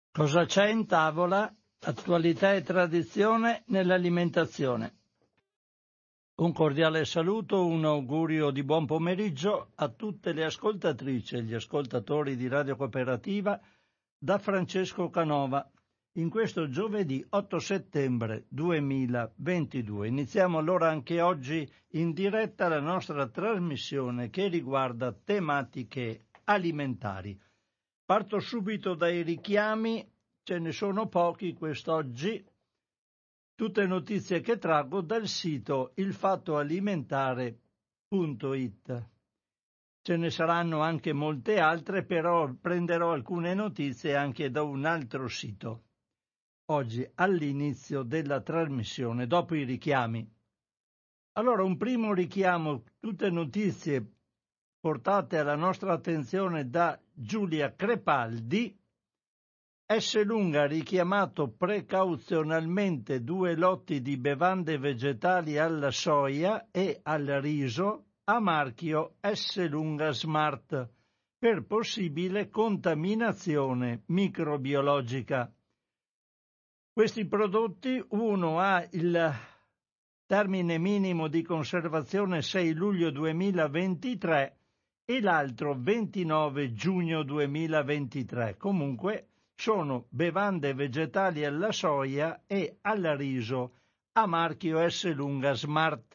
Cosa c'è in tavola? Attualità e tradizione nell'alimentazione. Un cordiale saluto, un augurio di buon pomeriggio a tutte le ascoltatrici e gli ascoltatori di Radio Cooperativa da Francesco Canova. In questo giovedì 8 settembre 2022. Iniziamo allora anche oggi in diretta la nostra trasmissione che riguarda tematiche alimentari. Parto subito dai richiami, ce ne sono pochi quest'oggi, tutte notizie che traggo dal sito ilfattoalimentare.it. Ce ne saranno anche molte altre, però prenderò alcune notizie anche da un altro sito. Oggi all'inizio della trasmissione, dopo i richiami. Allora, un primo richiamo, tutte notizie portate alla nostra attenzione da Giulia Crepaldi. Esselunga ha richiamato precauzionalmente 2 lotti di bevande vegetali alla soia e al riso a marchio Esselunga Smart per possibile contaminazione microbiologica. Questi prodotti, uno ha il termine minimo di conservazione 6 luglio 2023 e l'altro 29 giugno 2023. Comunque sono bevande vegetali alla soia e al riso a marchio Esselunga Smart.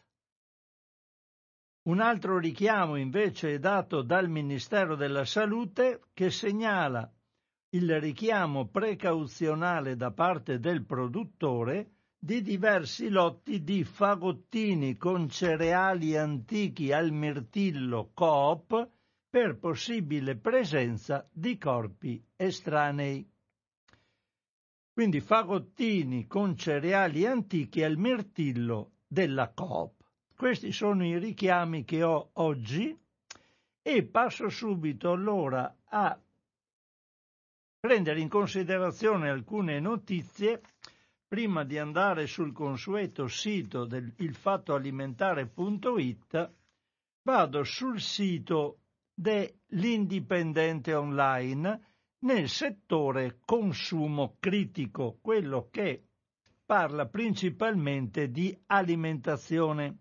Un altro richiamo invece è dato dal Ministero della Salute che segnala il richiamo precauzionale da parte del produttore di diversi lotti di fagottini con cereali antichi al mirtillo Coop per possibile presenza di corpi estranei. Quindi fagottini con cereali antichi al mirtillo della Coop. Questi sono i richiami che ho oggi e passo subito allora a prendere in considerazione alcune notizie prima di andare sul consueto sito del ilfattoalimentare.it. Vado sul sito dell'Indipendente Online nel settore consumo critico, quello che parla principalmente di alimentazione.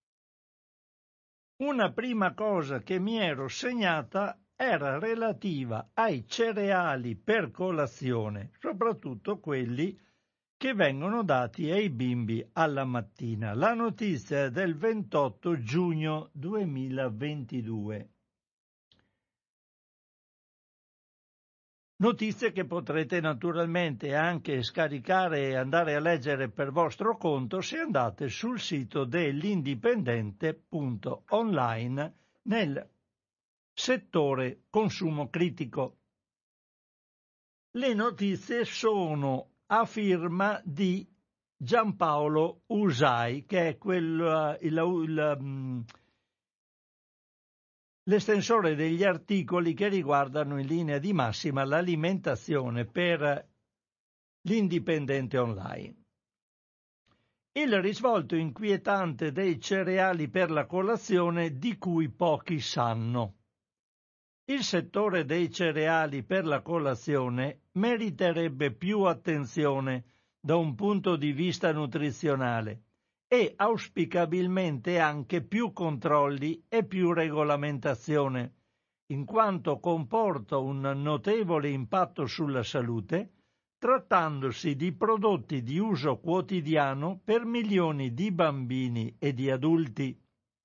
Una prima cosa che mi ero segnata era relativa ai cereali per colazione, soprattutto quelli che vengono dati ai bimbi alla mattina. La notizia è del 28 giugno 2022. Notizie che potrete naturalmente anche scaricare e andare a leggere per vostro conto se andate sul sito dell'indipendente.online nel settore consumo critico. Le notizie sono a firma di Giampaolo Usai, che è l'estensore degli articoli che riguardano in linea di massima l'alimentazione per l'Indipendente Online. Il risvolto inquietante dei cereali per la colazione di cui pochi sanno. Il settore dei cereali per la colazione meriterebbe più attenzione da un punto di vista nutrizionale e auspicabilmente anche più controlli e più regolamentazione, in quanto comporta un notevole impatto sulla salute, trattandosi di prodotti di uso quotidiano per milioni di bambini e di adulti.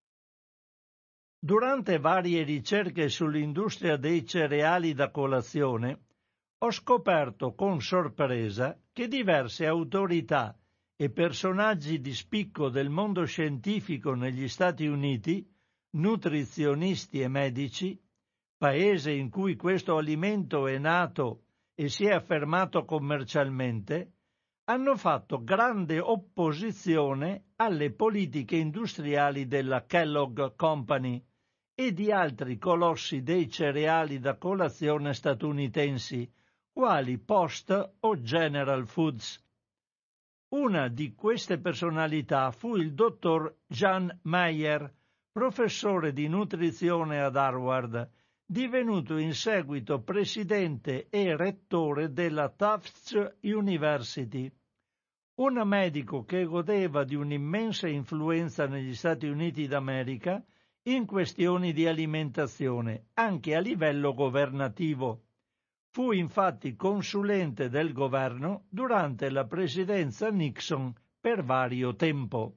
Durante varie ricerche sull'industria dei cereali da colazione, ho scoperto con sorpresa che diverse autorità e personaggi di spicco del mondo scientifico negli Stati Uniti, nutrizionisti e medici, paese in cui questo alimento è nato e si è affermato commercialmente, hanno fatto grande opposizione alle politiche industriali della Kellogg Company e di altri colossi dei cereali da colazione statunitensi, quali Post o General Foods. Una di queste personalità fu il dottor Jan Meyer, professore di nutrizione ad Harvard, divenuto in seguito presidente e rettore della Tufts University, un medico che godeva di un'immensa influenza negli Stati Uniti d'America in questioni di alimentazione, anche a livello governativo. Fu infatti consulente del governo durante la presidenza Nixon per vario tempo.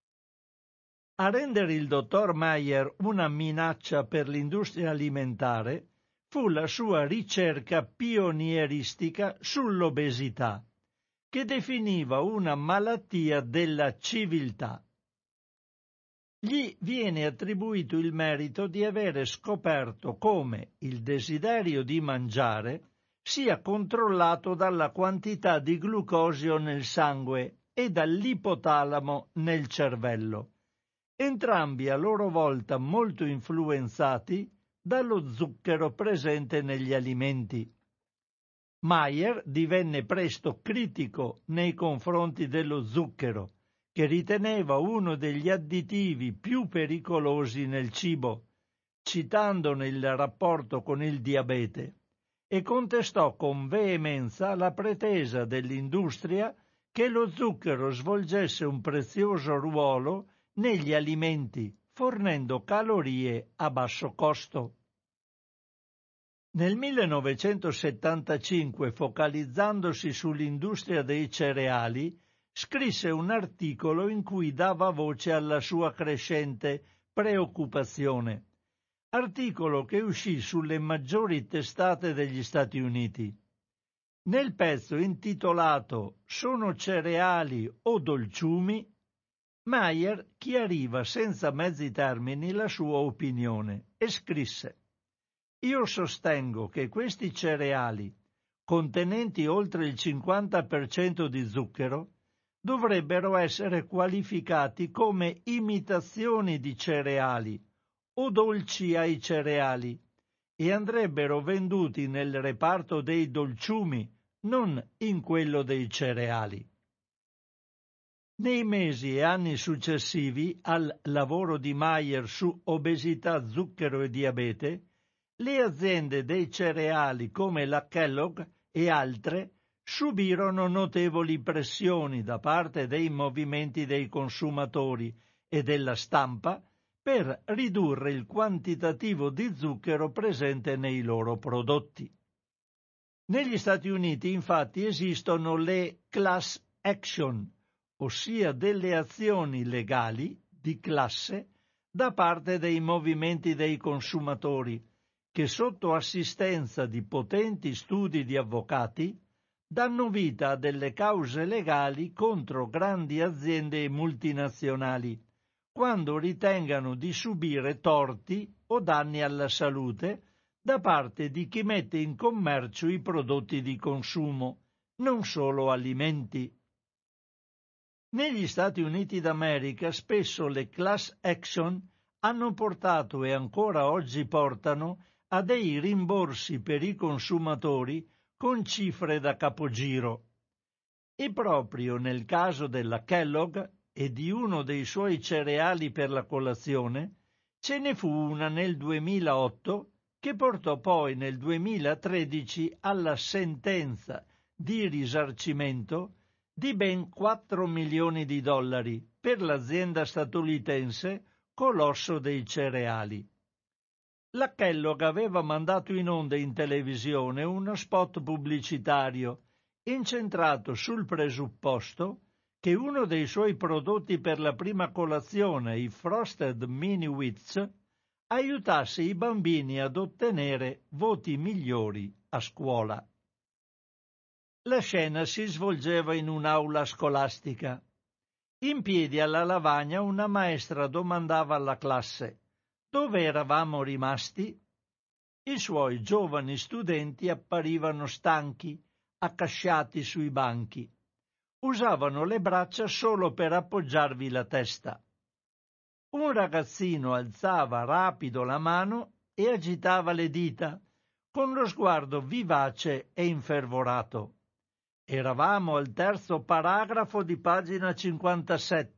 A rendere il dottor Meyer una minaccia per l'industria alimentare fu la sua ricerca pionieristica sull'obesità, che definiva una malattia della civiltà. Gli viene attribuito il merito di avere scoperto come il desiderio di mangiare sia controllato dalla quantità di glucosio nel sangue e dall'ipotalamo nel cervello, entrambi a loro volta molto influenzati dallo zucchero presente negli alimenti. Meyer divenne presto critico nei confronti dello zucchero, che riteneva uno degli additivi più pericolosi nel cibo, citandone il rapporto con il diabete, e contestò con veemenza la pretesa dell'industria che lo zucchero svolgesse un prezioso ruolo negli alimenti, fornendo calorie a basso costo. Nel 1975, focalizzandosi sull'industria dei cereali, scrisse un articolo in cui dava voce alla sua crescente preoccupazione, articolo che uscì sulle maggiori testate degli Stati Uniti. Nel pezzo intitolato «Sono cereali o dolciumi?» Meyer chiariva senza mezzi termini la sua opinione e scrisse: «Io sostengo che questi cereali, contenenti oltre il 50% di zucchero, dovrebbero essere qualificati come imitazioni di cereali o dolci ai cereali e andrebbero venduti nel reparto dei dolciumi, non in quello dei cereali». Nei mesi e anni successivi al lavoro di Meyer su obesità, zucchero e diabete, le aziende dei cereali come la Kellogg e altre subirono notevoli pressioni da parte dei movimenti dei consumatori e della stampa per ridurre il quantitativo di zucchero presente nei loro prodotti. Negli Stati Uniti, infatti, esistono le class action, ossia delle azioni legali di classe da parte dei movimenti dei consumatori, che sotto assistenza di potenti studi di avvocati danno vita a delle cause legali contro grandi aziende multinazionali, quando ritengano di subire torti o danni alla salute da parte di chi mette in commercio i prodotti di consumo, non solo alimenti. Negli Stati Uniti d'America spesso le class action hanno portato e ancora oggi portano a dei rimborsi per i consumatori con cifre da capogiro. E proprio nel caso della Kellogg e di uno dei suoi cereali per la colazione, ce ne fu una nel 2008 che portò poi nel 2013 alla sentenza di risarcimento di ben $4 milioni per l'azienda statunitense colosso dei cereali. La Kellogg aveva mandato in onda in televisione uno spot pubblicitario incentrato sul presupposto che uno dei suoi prodotti per la prima colazione, i Frosted Mini Wheats, aiutasse i bambini ad ottenere voti migliori a scuola. La scena si svolgeva in un'aula scolastica. In piedi alla lavagna una maestra domandava alla classe: «Dove eravamo rimasti?» I suoi giovani studenti apparivano stanchi, accasciati sui banchi. Usavano le braccia solo per appoggiarvi la testa. Un ragazzino alzava rapido la mano e agitava le dita, con lo sguardo vivace e infervorato. Eravamo al terzo paragrafo di pagina 57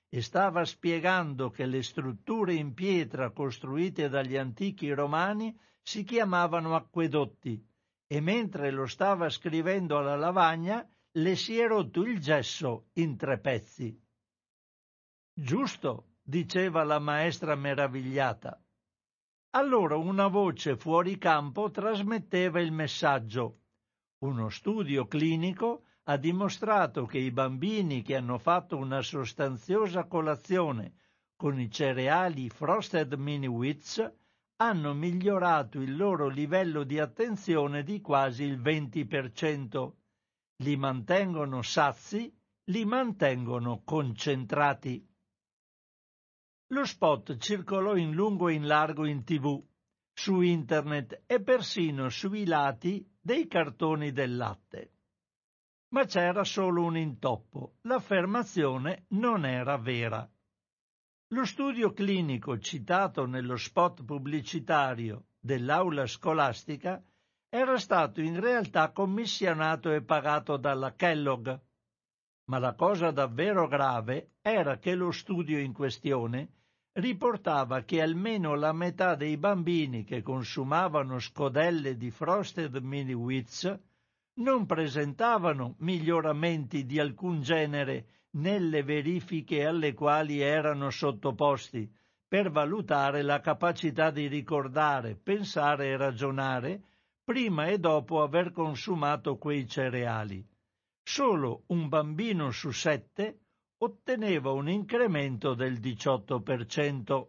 e stava spiegando che le strutture in pietra costruite dagli antichi romani si chiamavano acquedotti, e mentre lo stava scrivendo alla lavagna le si è rotto il gesso in 3 pezzi. Giusto, diceva la maestra meravigliata. Allora una voce fuori campo trasmetteva il messaggio. Uno studio clinico ha dimostrato che i bambini che hanno fatto una sostanziosa colazione con i cereali Frosted Mini Wheats hanno migliorato il loro livello di attenzione di quasi il 20%. Li mantengono sazi, li mantengono concentrati. Lo spot circolò in lungo e in largo in TV, su internet e persino sui lati dei cartoni del latte. Ma c'era solo un intoppo: l'affermazione non era vera. Lo studio clinico citato nello spot pubblicitario dell'aula scolastica era stato in realtà commissionato e pagato dalla Kellogg. Ma la cosa davvero grave era che lo studio in questione riportava che almeno la metà dei bambini che consumavano scodelle di Frosted Mini Wheats non presentavano miglioramenti di alcun genere nelle verifiche alle quali erano sottoposti per valutare la capacità di ricordare, pensare e ragionare prima e dopo aver consumato quei cereali. Solo un bambino su 7 otteneva un incremento del 18%.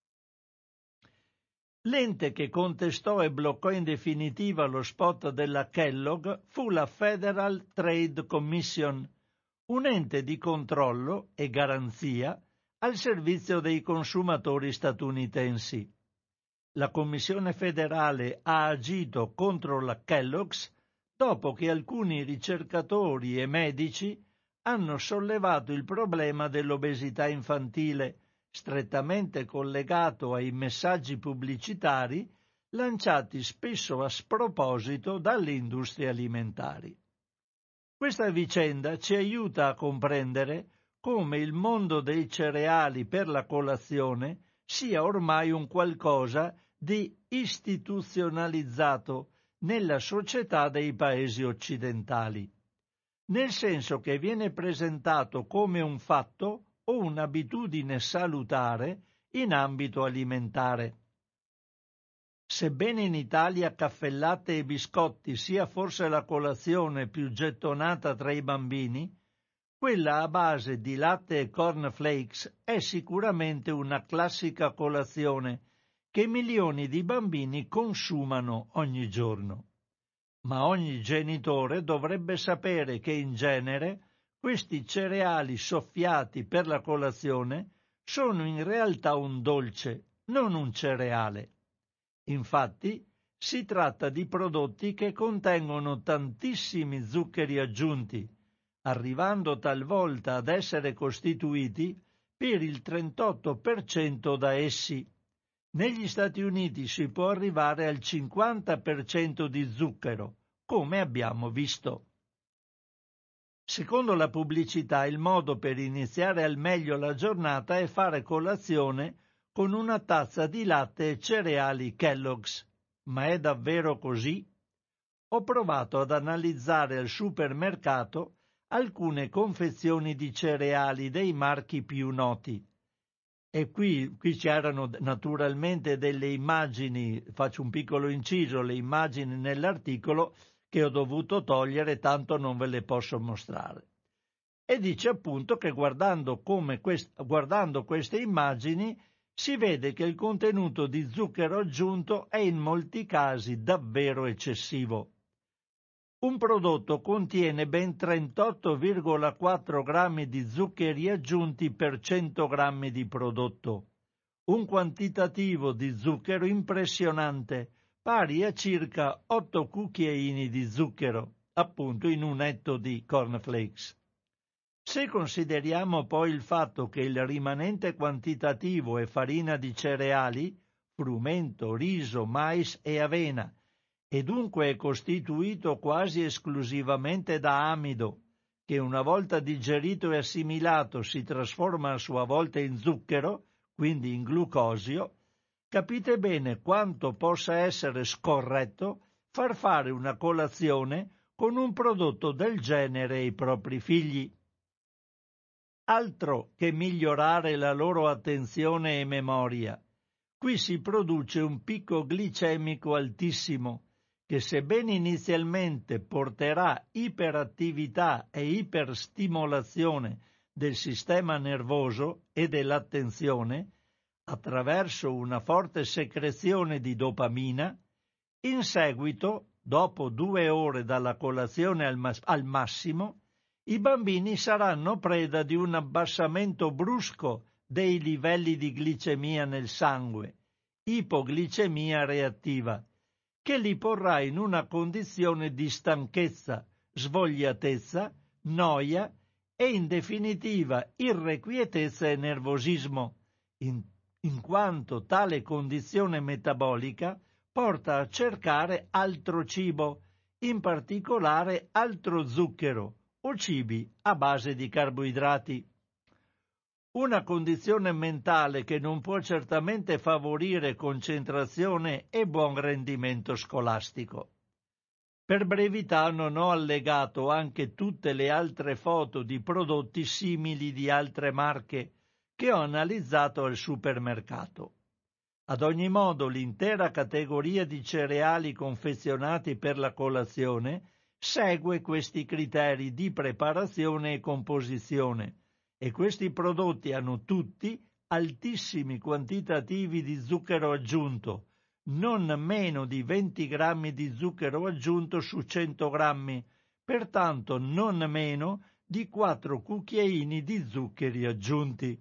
L'ente che contestò e bloccò in definitiva lo spot della Kellogg fu la Federal Trade Commission, un ente di controllo e garanzia al servizio dei consumatori statunitensi. La Commissione federale ha agito contro la Kellogg's dopo che alcuni ricercatori e medici hanno sollevato il problema dell'obesità infantile, strettamente collegato ai messaggi pubblicitari lanciati spesso a sproposito dalle industrie alimentari. Questa vicenda ci aiuta a comprendere come il mondo dei cereali per la colazione sia ormai un qualcosa di istituzionalizzato nella società dei paesi occidentali, nel senso che viene presentato come un fatto o un'abitudine salutare in ambito alimentare. Sebbene in Italia caffè latte e biscotti sia forse la colazione più gettonata tra i bambini, quella a base di latte e cornflakes è sicuramente una classica colazione che milioni di bambini consumano ogni giorno. Ma ogni genitore dovrebbe sapere che in genere questi cereali soffiati per la colazione sono in realtà un dolce, non un cereale. Infatti, si tratta di prodotti che contengono tantissimi zuccheri aggiunti, arrivando talvolta ad essere costituiti per il 38% da essi. Negli Stati Uniti si può arrivare al 50% di zucchero, come abbiamo visto. Secondo la pubblicità, il modo per iniziare al meglio la giornata è fare colazione con una tazza di latte e cereali Kellogg's. Ma è davvero così? Ho provato ad analizzare al supermercato alcune confezioni di cereali dei marchi più noti. E qui c'erano naturalmente delle immagini, faccio un piccolo inciso, le immagini nell'articolo che ho dovuto togliere, tanto non ve le posso mostrare. E dice appunto che guardando queste immagini si vede che il contenuto di zucchero aggiunto è in molti casi davvero eccessivo. Un prodotto contiene ben 38,4 grammi di zuccheri aggiunti per 100 grammi di prodotto, un quantitativo di zucchero impressionante, pari a circa 8 cucchiaini di zucchero, appunto in un etto di cornflakes. Se consideriamo poi il fatto che il rimanente quantitativo è farina di cereali, frumento, riso, mais e avena, e dunque è costituito quasi esclusivamente da amido, che una volta digerito e assimilato si trasforma a sua volta in zucchero, quindi in glucosio, capite bene quanto possa essere scorretto far fare una colazione con un prodotto del genere ai propri figli. Altro che migliorare la loro attenzione e memoria. Qui si produce un picco glicemico altissimo, che sebbene inizialmente porterà iperattività e iperstimolazione del sistema nervoso e dell'attenzione, attraverso una forte secrezione di dopamina, in seguito, dopo 2 ore dalla colazione al massimo, i bambini saranno preda di un abbassamento brusco dei livelli di glicemia nel sangue, ipoglicemia reattiva, che li porrà in una condizione di stanchezza, svogliatezza, noia e in definitiva irrequietezza e nervosismo, in quanto tale condizione metabolica porta a cercare altro cibo, in particolare altro zucchero o cibi a base di carboidrati. Una condizione mentale che non può certamente favorire concentrazione e buon rendimento scolastico. Per brevità non ho allegato anche tutte le altre foto di prodotti simili di altre marche che ho analizzato al supermercato. Ad ogni modo, l'intera categoria di cereali confezionati per la colazione segue questi criteri di preparazione e composizione, e questi prodotti hanno tutti altissimi quantitativi di zucchero aggiunto, non meno di 20 grammi di zucchero aggiunto su 100 grammi, pertanto non meno di 4 cucchiaini di zuccheri aggiunti.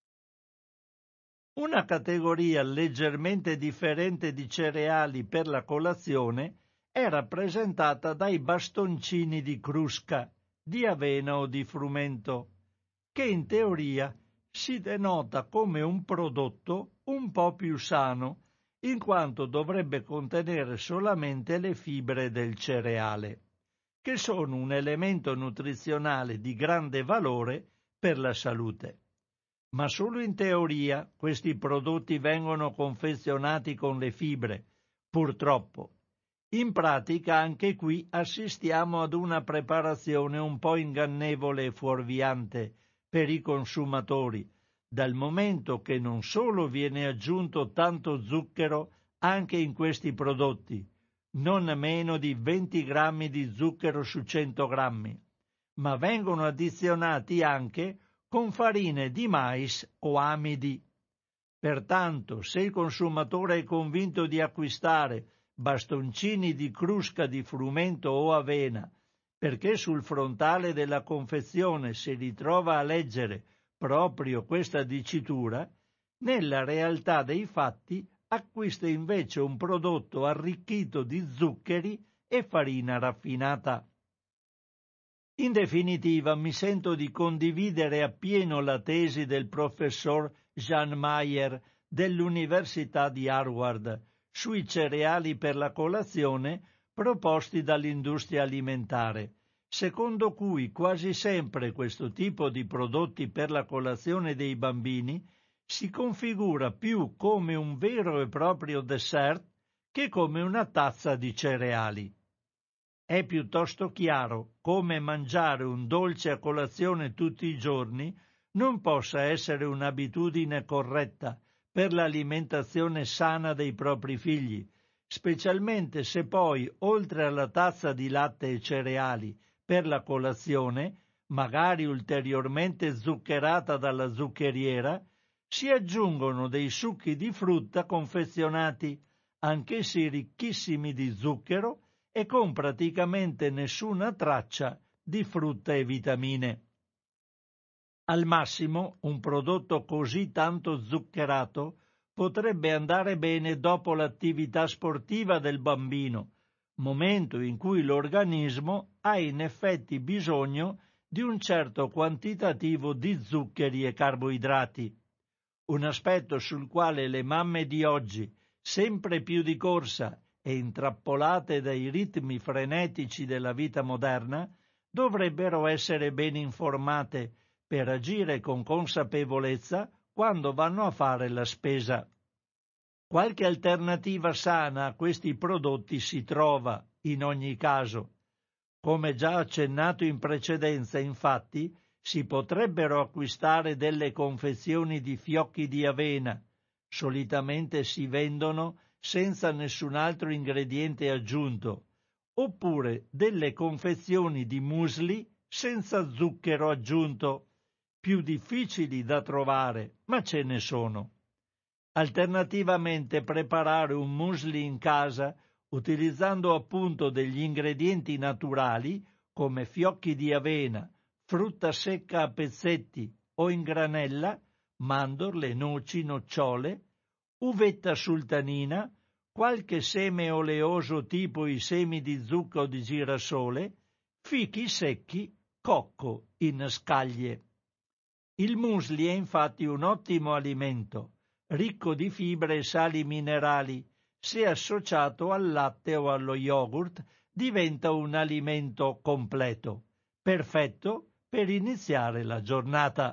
Una categoria leggermente differente di cereali per la colazione è rappresentata dai bastoncini di crusca, di avena o di frumento, che in teoria si denota come un prodotto un po' più sano, in quanto dovrebbe contenere solamente le fibre del cereale, che sono un elemento nutrizionale di grande valore per la salute. Ma solo in teoria questi prodotti vengono confezionati con le fibre, purtroppo. In pratica anche qui assistiamo ad una preparazione un po' ingannevole e fuorviante per i consumatori, dal momento che non solo viene aggiunto tanto zucchero anche in questi prodotti, non meno di 20 grammi di zucchero su 100 grammi, ma vengono addizionati anche con farine di mais o amidi. Pertanto, se il consumatore è convinto di acquistare bastoncini di crusca di frumento o avena, perché sul frontale della confezione si ritrova a leggere proprio questa dicitura, nella realtà dei fatti acquista invece un prodotto arricchito di zuccheri e farina raffinata. In definitiva, mi sento di condividere appieno la tesi del professor Jan Mayer dell'Università di Harvard sui cereali per la colazione proposti dall'industria alimentare, secondo cui quasi sempre questo tipo di prodotti per la colazione dei bambini si configura più come un vero e proprio dessert che come una tazza di cereali. È piuttosto chiaro come mangiare un dolce a colazione tutti i giorni non possa essere un'abitudine corretta per l'alimentazione sana dei propri figli, specialmente se poi, oltre alla tazza di latte e cereali per la colazione, magari ulteriormente zuccherata dalla zuccheriera, si aggiungono dei succhi di frutta confezionati, anch'essi ricchissimi di zucchero, e con praticamente nessuna traccia di frutta e vitamine. Al massimo, un prodotto così tanto zuccherato potrebbe andare bene dopo l'attività sportiva del bambino, momento in cui l'organismo ha in effetti bisogno di un certo quantitativo di zuccheri e carboidrati. Un aspetto sul quale le mamme di oggi, sempre più di corsa e intrappolate dai ritmi frenetici della vita moderna, dovrebbero essere ben informate per agire con consapevolezza quando vanno a fare la spesa. Qualche alternativa sana a questi prodotti si trova, in ogni caso. Come già accennato in precedenza, infatti, si potrebbero acquistare delle confezioni di fiocchi di avena. Solitamente si vendono senza nessun altro ingrediente aggiunto, oppure delle confezioni di muesli senza zucchero aggiunto, più difficili da trovare, ma ce ne sono. Alternativamente preparare un muesli in casa utilizzando appunto degli ingredienti naturali come fiocchi di avena, frutta secca a pezzetti o in granella, mandorle, noci, nocciole, uvetta sultanina, qualche seme oleoso tipo i semi di zucca o di girasole, fichi secchi, cocco in scaglie. Il muesli è infatti un ottimo alimento, ricco di fibre e sali minerali. Se associato al latte o allo yogurt diventa un alimento completo, perfetto per iniziare la giornata.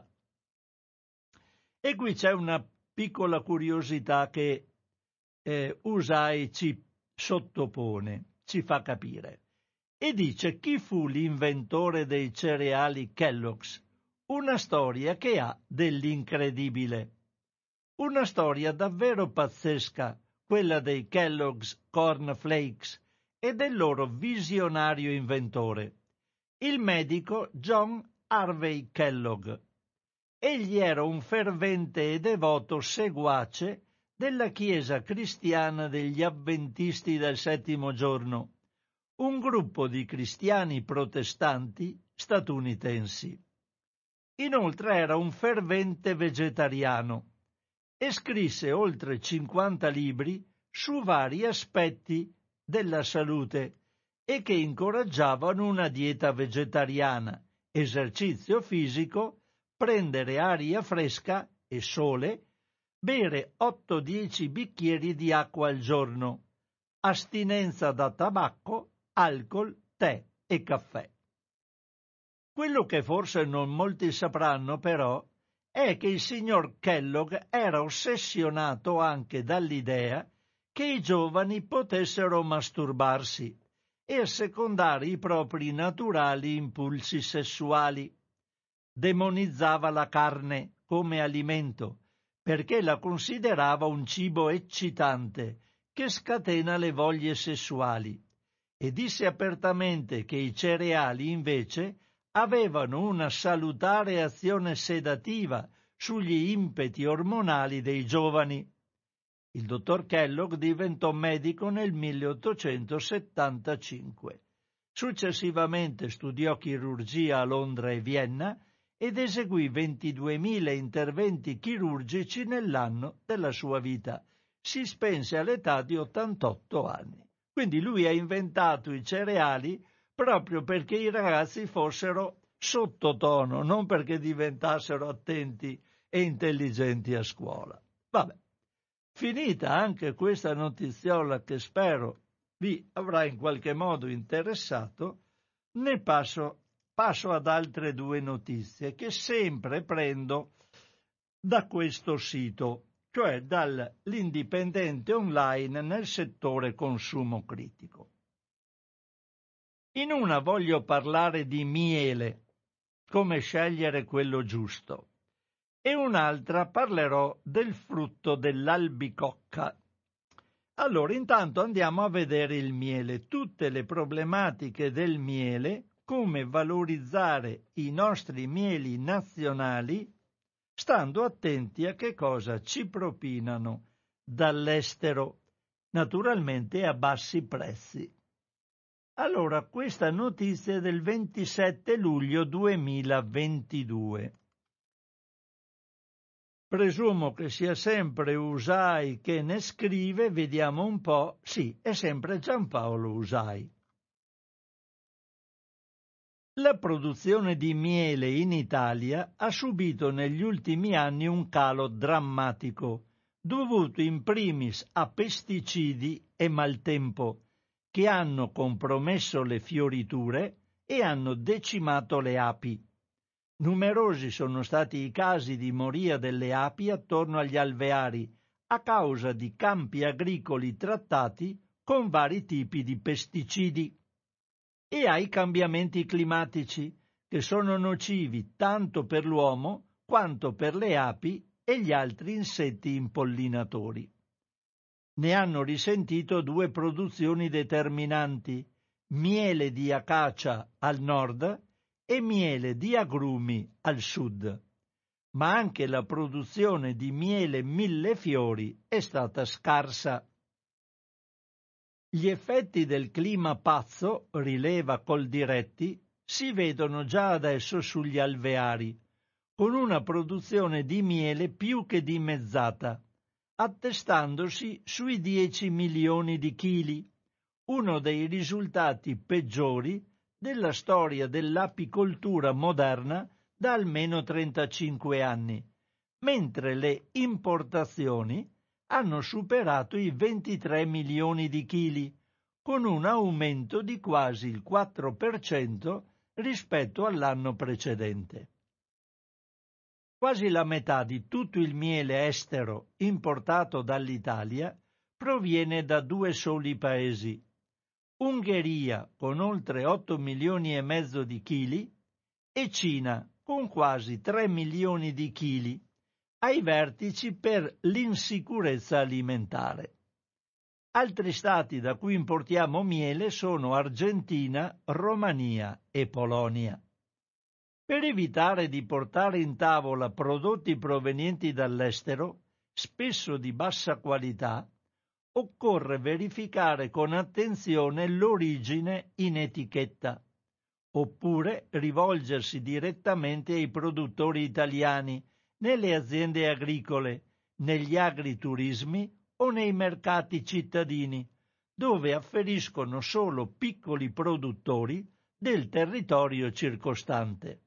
E qui c'è una piccola curiosità che Usai ci sottopone, ci fa capire, e dice chi fu l'inventore dei cereali Kellogg's, una storia che ha dell'incredibile. Una storia davvero pazzesca, quella dei Kellogg's Corn Flakes e del loro visionario inventore, il medico John Harvey Kellogg. Egli era un fervente e devoto seguace della Chiesa cristiana degli Avventisti del Settimo Giorno, un gruppo di cristiani protestanti statunitensi. Inoltre era un fervente vegetariano e scrisse oltre 50 libri su vari aspetti della salute e che incoraggiavano una dieta vegetariana, esercizio fisico, prendere aria fresca e sole, bere 8-10 bicchieri di acqua al giorno, astinenza da tabacco, alcol, tè e caffè. Quello che forse non molti sapranno però è che il signor Kellogg era ossessionato anche dall'idea che i giovani potessero masturbarsi e assecondare i propri naturali impulsi sessuali. Demonizzava la carne come alimento perché la considerava un cibo eccitante che scatena le voglie sessuali e disse apertamente che i cereali invece avevano una salutare azione sedativa sugli impeti ormonali dei giovani. Il dottor Kellogg diventò medico nel 1875. Successivamente studiò chirurgia a Londra e Vienna ed eseguì 22.000 interventi chirurgici nell'anno della sua vita. Si spense all'età di 88 anni. Quindi lui ha inventato i cereali proprio perché i ragazzi fossero sottotono, non perché diventassero attenti e intelligenti a scuola. Vabbè, finita anche questa notiziola che spero vi avrà in qualche modo interessato, ne passo ad altre due notizie che sempre prendo da questo sito, cioè dall'Indipendente Online nel settore consumo critico. In una voglio parlare di miele, come scegliere quello giusto, e un'altra parlerò del frutto dell'albicocca. Allora, intanto andiamo a vedere il miele, tutte le problematiche del miele, come valorizzare i nostri mieli nazionali, stando attenti a che cosa ci propinano dall'estero, naturalmente a bassi prezzi. Allora, questa notizia è del 27 luglio 2022. Presumo che sia sempre Usai che ne scrive, vediamo un po'. Sì, è sempre Giampaolo Usai. La produzione di miele in Italia ha subito negli ultimi anni un calo drammatico, dovuto in primis a pesticidi e maltempo, che hanno compromesso le fioriture e hanno decimato le api. Numerosi sono stati i casi di moria delle api attorno agli alveari a causa di campi agricoli trattati con vari tipi di pesticidi, e ai cambiamenti climatici, che sono nocivi tanto per l'uomo quanto per le api e gli altri insetti impollinatori. Ne hanno risentito due produzioni determinanti: miele di acacia al nord e miele di agrumi al sud, ma anche la produzione di miele millefiori è stata scarsa. Gli effetti del clima pazzo, rileva Coldiretti, si vedono già adesso sugli alveari, con una produzione di miele più che dimezzata, attestandosi sui 10 milioni di chili, uno dei risultati peggiori della storia dell'apicoltura moderna da almeno 35 anni, mentre le importazioni hanno superato i 23 milioni di chili, con un aumento di quasi il 4% rispetto all'anno precedente. Quasi la metà di tutto il miele estero importato dall'Italia proviene da due soli paesi: Ungheria con oltre 8 milioni e mezzo di chili e Cina con quasi 3 milioni di chili, ai vertici per l'insicurezza alimentare. Altri stati da cui importiamo miele sono Argentina, Romania e Polonia. Per evitare di portare in tavola prodotti provenienti dall'estero, spesso di bassa qualità, occorre verificare con attenzione l'origine in etichetta, oppure rivolgersi direttamente ai produttori italiani, nelle aziende agricole, negli agriturismi o nei mercati cittadini, dove afferiscono solo piccoli produttori del territorio circostante.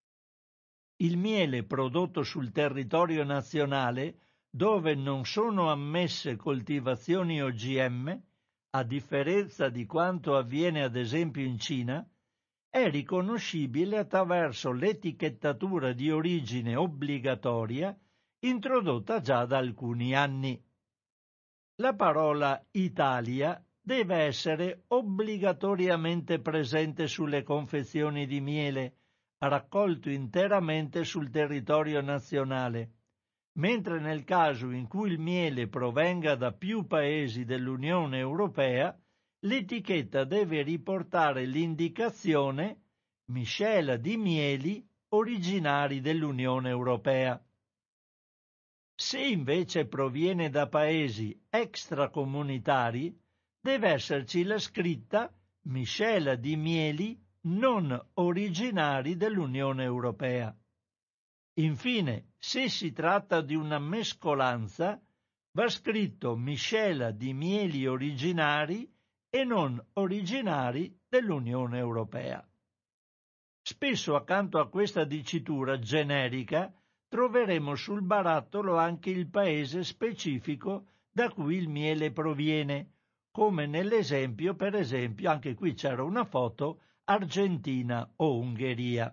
Il miele prodotto sul territorio nazionale, dove non sono ammesse coltivazioni OGM, a differenza di quanto avviene ad esempio in Cina, è riconoscibile attraverso l'etichettatura di origine obbligatoria introdotta già da alcuni anni. La parola Italia deve essere obbligatoriamente presente sulle confezioni di miele raccolto interamente sul territorio nazionale, mentre nel caso in cui il miele provenga da più paesi dell'Unione Europea, l'etichetta deve riportare l'indicazione miscela di mieli originari dell'Unione Europea. Se invece proviene da paesi extracomunitari, deve esserci la scritta miscela di mieli non originari dell'Unione Europea. Infine, se si tratta di una mescolanza, va scritto miscela di mieli originari e non originari dell'Unione Europea. Spesso accanto a questa dicitura generica troveremo sul barattolo anche il paese specifico da cui il miele proviene, come nell'esempio, per esempio, anche qui c'era una foto, Argentina o Ungheria.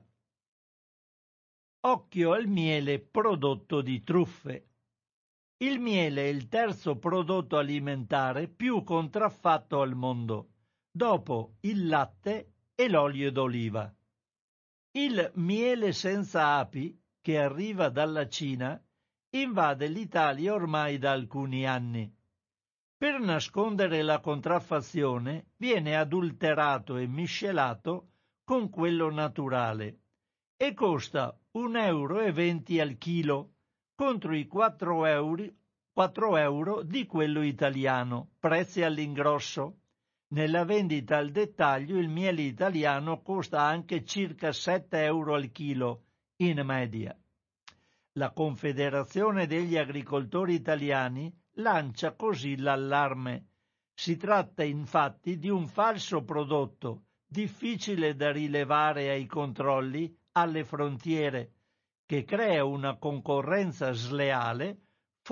Occhio al miele prodotto di truffe. Il miele è il terzo prodotto alimentare più contraffatto al mondo, dopo il latte e l'olio d'oliva. Il miele senza api, che arriva dalla Cina, invade l'Italia ormai da alcuni anni. Per nascondere la contraffazione viene adulterato e miscelato con quello naturale e costa 1,20 € al chilo contro i 4 euro di quello italiano, prezzi all'ingrosso. Nella vendita al dettaglio il miele italiano costa anche circa 7 euro al chilo in media. La Confederazione degli agricoltori italiani lancia così l'allarme. Si tratta infatti di un falso prodotto, difficile da rilevare ai controlli alle frontiere, che crea una concorrenza sleale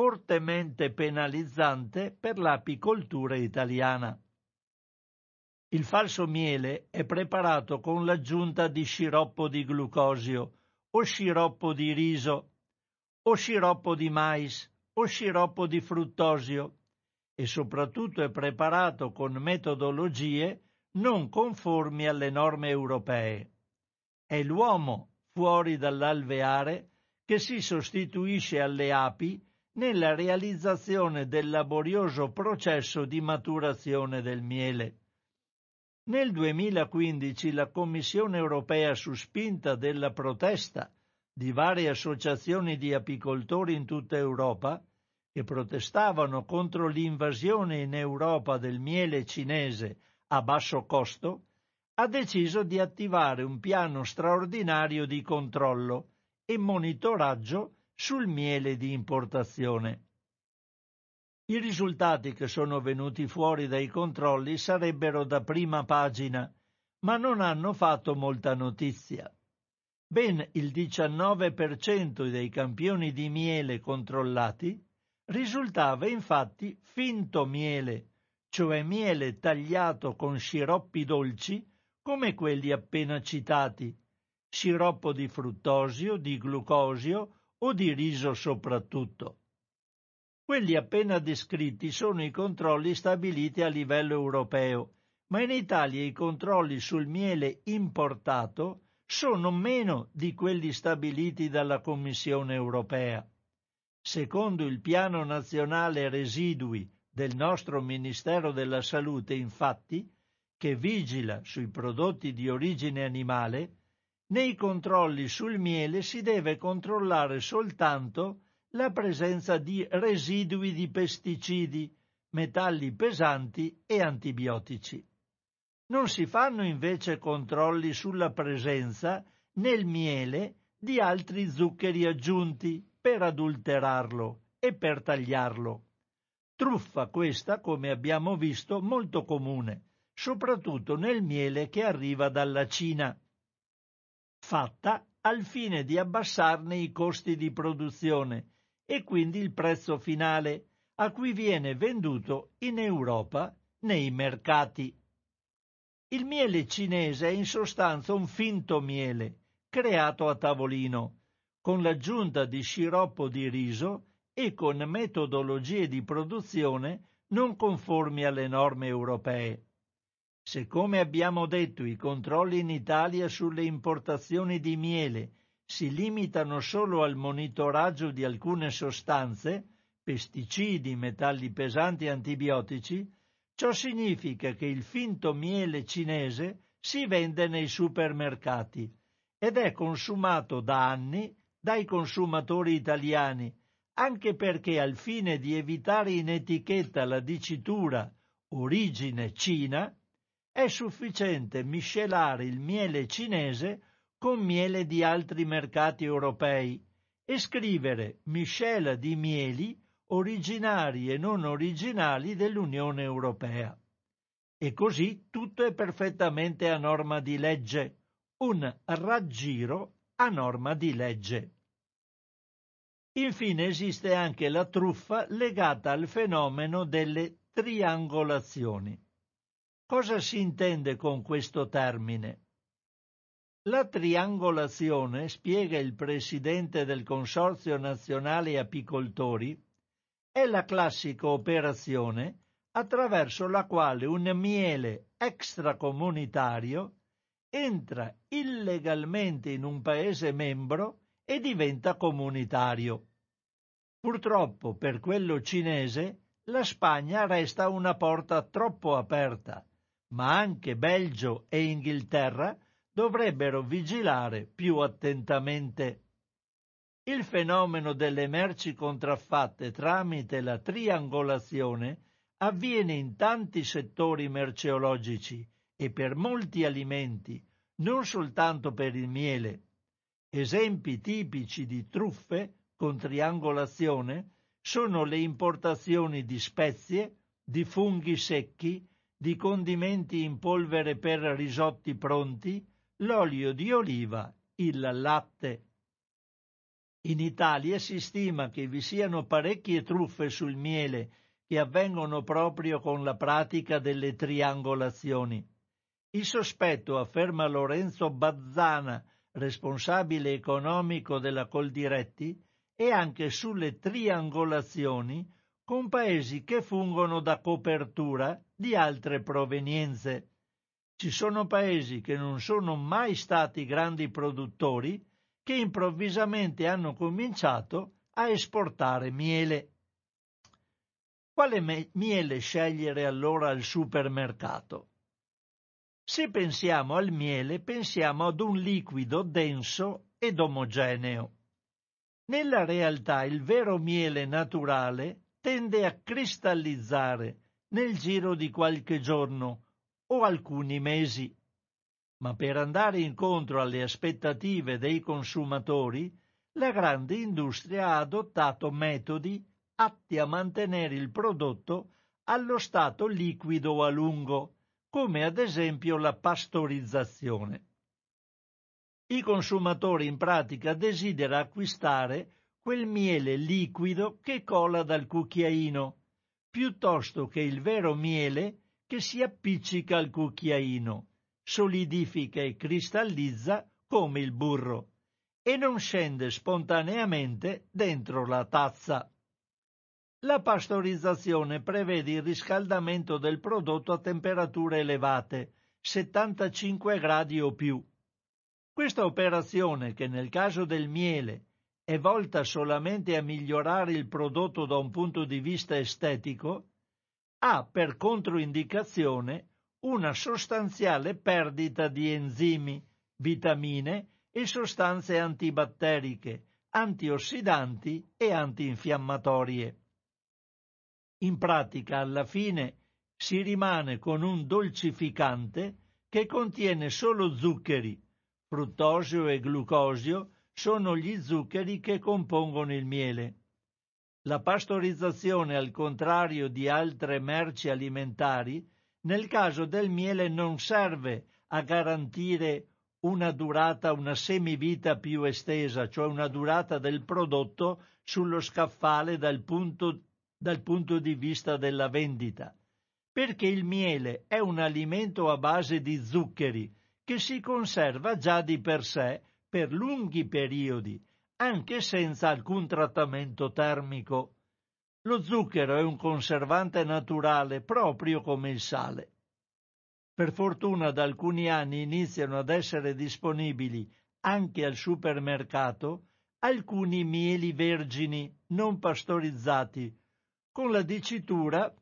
fortemente penalizzante per l'apicoltura italiana. Il falso miele è preparato con l'aggiunta di sciroppo di glucosio o sciroppo di riso o sciroppo di mais o sciroppo di fruttosio e soprattutto è preparato con metodologie non conformi alle norme europee. È l'uomo, fuori dall'alveare, che si sostituisce alle api nella realizzazione del laborioso processo di maturazione del miele. Nel 2015 la Commissione europea, su spinta della protesta di varie associazioni di apicoltori in tutta Europa, che protestavano contro l'invasione in Europa del miele cinese a basso costo, ha deciso di attivare un piano straordinario di controllo e monitoraggio sul miele di importazione. I risultati che sono venuti fuori dai controlli sarebbero da prima pagina, ma non hanno fatto molta notizia. Ben il 19% dei campioni di miele controllati risultava infatti finto miele, cioè miele tagliato con sciroppi dolci come quelli appena citati, sciroppo di fruttosio, di glucosio o di riso soprattutto. Quelli appena descritti sono i controlli stabiliti a livello europeo, ma in Italia i controlli sul miele importato sono meno di quelli stabiliti dalla Commissione europea. Secondo il Piano Nazionale Residui del nostro Ministero della Salute, infatti, che vigila sui prodotti di origine animale, nei controlli sul miele si deve controllare soltanto la presenza di residui di pesticidi, metalli pesanti e antibiotici. Non si fanno invece controlli sulla presenza nel miele di altri zuccheri aggiunti per adulterarlo e per tagliarlo. Truffa questa, come abbiamo visto, molto comune, soprattutto nel miele che arriva dalla Cina, fatta al fine di abbassarne i costi di produzione e quindi il prezzo finale a cui viene venduto in Europa nei mercati. Il miele cinese è in sostanza un finto miele, creato a tavolino, con l'aggiunta di sciroppo di riso e con metodologie di produzione non conformi alle norme europee. Se, come abbiamo detto, i controlli in Italia sulle importazioni di miele si limitano solo al monitoraggio di alcune sostanze, pesticidi, metalli pesanti e antibiotici, ciò significa che il finto miele cinese si vende nei supermercati ed è consumato da anni dai consumatori italiani, anche perché al fine di evitare in etichetta la dicitura origine Cina, è sufficiente miscelare il miele cinese con miele di altri mercati europei e scrivere miscela di mieli originari e non originali dell'Unione Europea. E così tutto è perfettamente a norma di legge, un raggiro a norma di legge. Infine esiste anche la truffa legata al fenomeno delle triangolazioni. Cosa si intende con questo termine? La triangolazione, spiega il presidente del Consorzio Nazionale Apicoltori, è la classica operazione attraverso la quale un miele extracomunitario entra illegalmente in un paese membro e diventa comunitario. Purtroppo per quello cinese la Spagna resta una porta troppo aperta, ma anche Belgio e Inghilterra dovrebbero vigilare più attentamente. Il fenomeno delle merci contraffatte tramite la triangolazione avviene in tanti settori merceologici e per molti alimenti, non soltanto per il miele. Esempi tipici di truffe con triangolazione sono le importazioni di spezie, di funghi secchi, di condimenti in polvere per risotti pronti, l'olio di oliva, il latte. In Italia si stima che vi siano parecchie truffe sul miele che avvengono proprio con la pratica delle triangolazioni. Il sospetto, afferma Lorenzo Bazzana, responsabile economico della Coldiretti, è anche sulle triangolazioni con paesi che fungono da copertura di altre provenienze. Ci sono paesi che non sono mai stati grandi produttori che improvvisamente hanno cominciato a esportare miele. Quale miele scegliere allora al supermercato? Se pensiamo al miele, pensiamo ad un liquido denso ed omogeneo. Nella realtà il vero miele naturale tende a cristallizzare nel giro di qualche giorno o alcuni mesi. Ma per andare incontro alle aspettative dei consumatori, la grande industria ha adottato metodi atti a mantenere il prodotto allo stato liquido a lungo, come ad esempio la pastorizzazione. I consumatori in pratica desiderano acquistare quel miele liquido che cola dal cucchiaino, piuttosto che il vero miele che si appiccica al cucchiaino, solidifica e cristallizza come il burro e non scende spontaneamente dentro la tazza. La pastorizzazione prevede il riscaldamento del prodotto a temperature elevate, 75 gradi o più. Questa operazione, che nel caso del miele è volta solamente a migliorare il prodotto da un punto di vista estetico, ha per controindicazione una sostanziale perdita di enzimi, vitamine e sostanze antibatteriche, antiossidanti e antinfiammatorie. In pratica, alla fine, si rimane con un dolcificante che contiene solo zuccheri. Fruttosio e glucosio sono gli zuccheri che compongono il miele. La pastorizzazione, al contrario di altre merci alimentari, nel caso del miele non serve a garantire una semivita più estesa, cioè una durata del prodotto sullo scaffale dal punto di vista della vendita, perché il miele è un alimento a base di zuccheri che si conserva già di per sé per lunghi periodi, anche senza alcun trattamento termico. Lo zucchero è un conservante naturale proprio come il sale. Per fortuna da alcuni anni iniziano ad essere disponibili anche al supermercato alcuni mieli vergini non pastorizzati, con la dicitura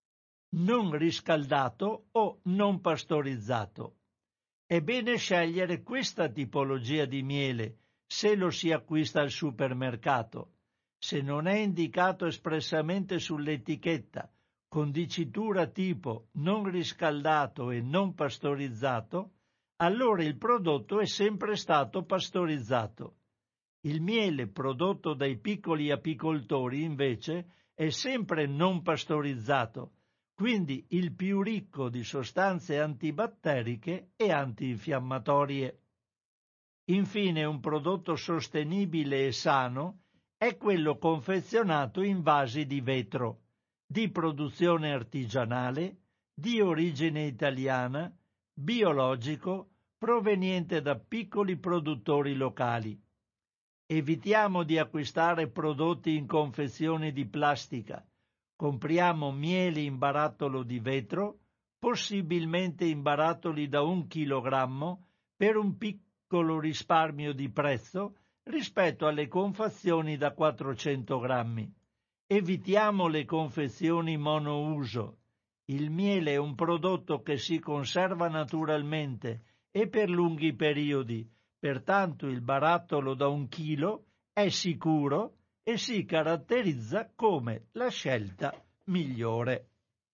non riscaldato o non pastorizzato. È bene scegliere questa tipologia di miele se lo si acquista al supermercato. Se non è indicato espressamente sull'etichetta con dicitura tipo non riscaldato e non pastorizzato, allora il prodotto è sempre stato pastorizzato. Il miele prodotto dai piccoli apicoltori, invece, è sempre non pastorizzato, quindi il più ricco di sostanze antibatteriche e antinfiammatorie. Infine, un prodotto sostenibile e sano è quello confezionato in vasi di vetro, di produzione artigianale, di origine italiana, biologico, proveniente da piccoli produttori locali. Evitiamo di acquistare prodotti in confezioni di plastica. Compriamo mieli in barattolo di vetro, possibilmente in barattoli da 1 chilogrammo, per un piccolo risparmio di prezzo rispetto alle confezioni da 400 grammi. Evitiamo le confezioni monouso. Il miele è un prodotto che si conserva naturalmente e per lunghi periodi, pertanto il barattolo da 1 chilo è sicuro e si caratterizza come la scelta migliore.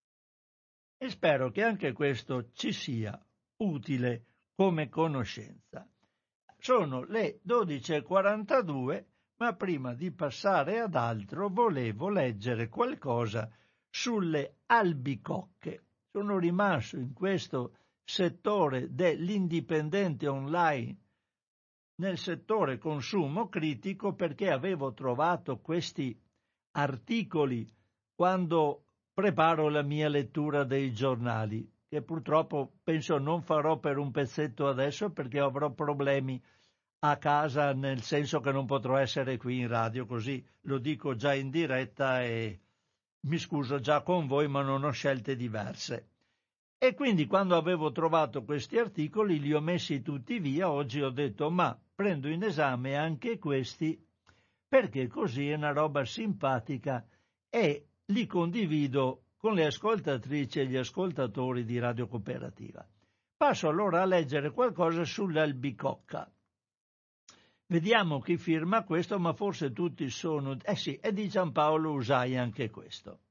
E spero che anche questo ci sia utile come conoscenza. Sono le 12:42, ma prima di passare ad altro volevo leggere qualcosa sulle albicocche. Sono rimasto in questo settore dell'indipendente online, nel settore consumo critico, perché avevo trovato questi articoli quando preparo la mia lettura dei giornali. che purtroppo penso non farò per un pezzetto adesso perché avrò problemi a casa, nel senso che non potrò essere qui in radio, così lo dico già in diretta e mi scuso già con voi, ma non ho scelte diverse. E quindi quando avevo trovato questi articoli li ho messi tutti via, oggi ho detto ma prendo in esame anche questi perché così è una roba simpatica e li condivido con le ascoltatrici e gli ascoltatori di Radio Cooperativa. Passo allora a leggere qualcosa sull'albicocca. Vediamo chi firma questo, ma forse tutti sono... sì, è di Giampaolo Usai anche questo.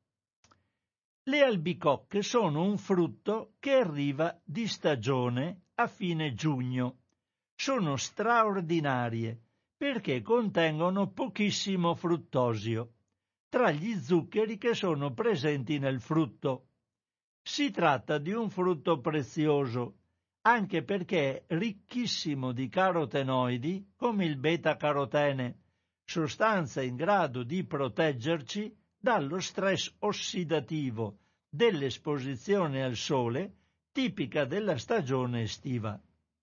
Le albicocche sono un frutto che arriva di stagione a fine giugno. Sono straordinarie perché contengono pochissimo fruttosio, tra gli zuccheri che sono presenti nel frutto. Si tratta di un frutto prezioso, anche perché è ricchissimo di carotenoidi come il beta-carotene, sostanza in grado di proteggerci dallo stress ossidativo dell'esposizione al sole tipica della stagione estiva.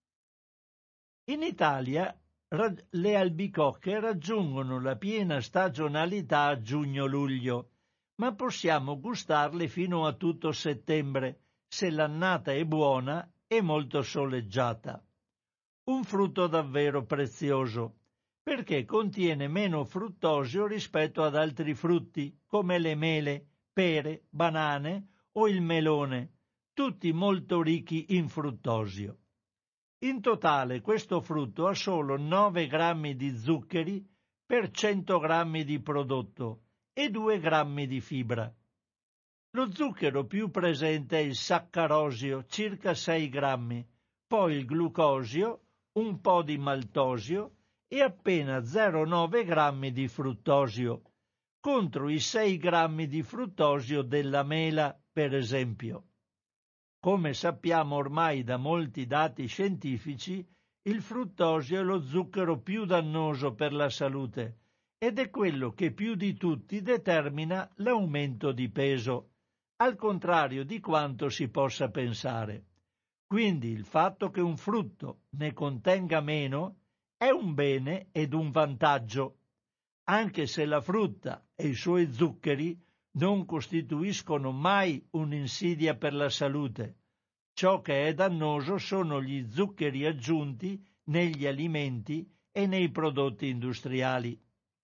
In Italia le albicocche raggiungono la piena stagionalità a giugno-luglio, ma possiamo gustarle fino a tutto settembre se l'annata è buona e molto soleggiata. Un frutto davvero prezioso, perché contiene meno fruttosio rispetto ad altri frutti, come le mele, pere, banane o il melone, tutti molto ricchi in fruttosio. In totale questo frutto ha solo 9 grammi di zuccheri per 100 grammi di prodotto e 2 grammi di fibra. Lo zucchero più presente è il saccarosio, circa 6 grammi, poi il glucosio, un po' di maltosio e appena 0,9 grammi di fruttosio, contro i 6 grammi di fruttosio della mela, per esempio. Come sappiamo ormai da molti dati scientifici, il fruttosio è lo zucchero più dannoso per la salute ed è quello che più di tutti determina l'aumento di peso, al contrario di quanto si possa pensare. Quindi il fatto che un frutto ne contenga meno è un bene ed un vantaggio, anche se la frutta e i suoi zuccheri non costituiscono mai un'insidia per la salute. Ciò che è dannoso sono gli zuccheri aggiunti negli alimenti e nei prodotti industriali.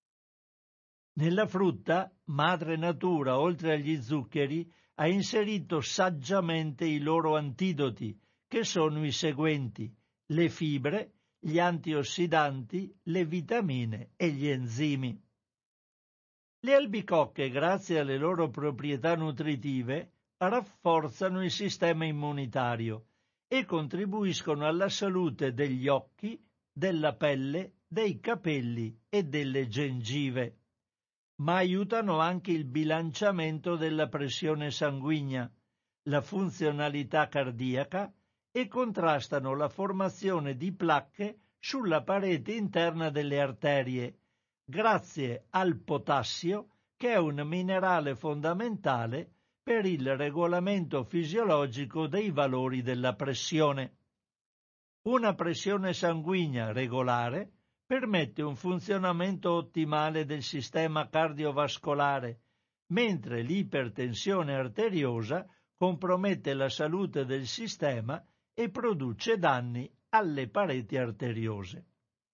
Nella frutta, madre natura, oltre agli zuccheri, ha inserito saggiamente i loro antidoti, che sono i seguenti: le fibre, gli antiossidanti, le vitamine e gli enzimi. Le albicocche, grazie alle loro proprietà nutritive, rafforzano il sistema immunitario e contribuiscono alla salute degli occhi, della pelle, dei capelli e delle gengive. Ma aiutano anche il bilanciamento della pressione sanguigna, la funzionalità cardiaca e contrastano la formazione di placche sulla parete interna delle arterie, grazie al potassio, che è un minerale fondamentale per il regolamento fisiologico dei valori della pressione. Una pressione sanguigna regolare permette un funzionamento ottimale del sistema cardiovascolare, mentre l'ipertensione arteriosa compromette la salute del sistema e produce danni alle pareti arteriose.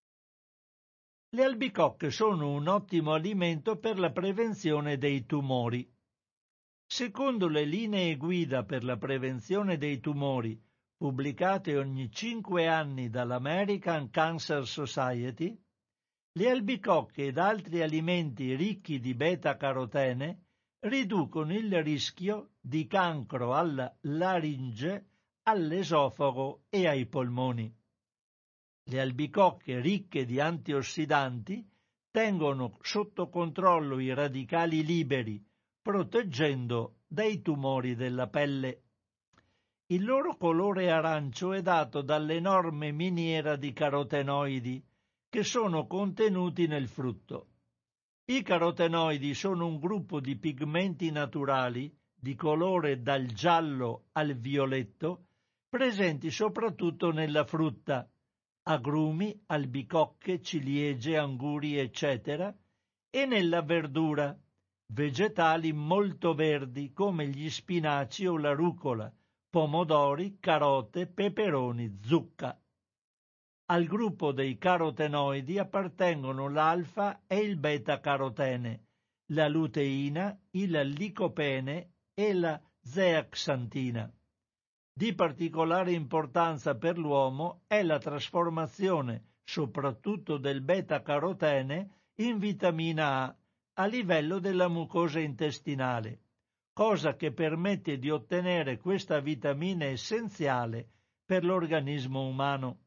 Le albicocche sono un ottimo alimento per la prevenzione dei tumori. Secondo le linee guida per la prevenzione dei tumori, pubblicate ogni 5 anni dall'American Cancer Society, le albicocche ed altri alimenti ricchi di beta-carotene riducono il rischio di cancro alla laringe, all'esofago e ai polmoni. Le albicocche ricche di antiossidanti tengono sotto controllo i radicali liberi, proteggendo dai tumori della pelle. Il loro colore arancio è dato dall'enorme miniera di carotenoidi che sono contenuti nel frutto. I carotenoidi sono un gruppo di pigmenti naturali di colore dal giallo al violetto, presenti soprattutto nella frutta, agrumi, albicocche, ciliegie, anguri, eccetera, e nella verdura, vegetali molto verdi come gli spinaci o la rucola, pomodori, carote, peperoni, zucca. Al gruppo dei carotenoidi appartengono l'alfa e il beta-carotene, la luteina, il licopene e la zeaxantina. Di particolare importanza per l'uomo è la trasformazione, soprattutto del beta-carotene, in vitamina a livello della mucosa intestinale, cosa che permette di ottenere questa vitamina essenziale per l'organismo umano.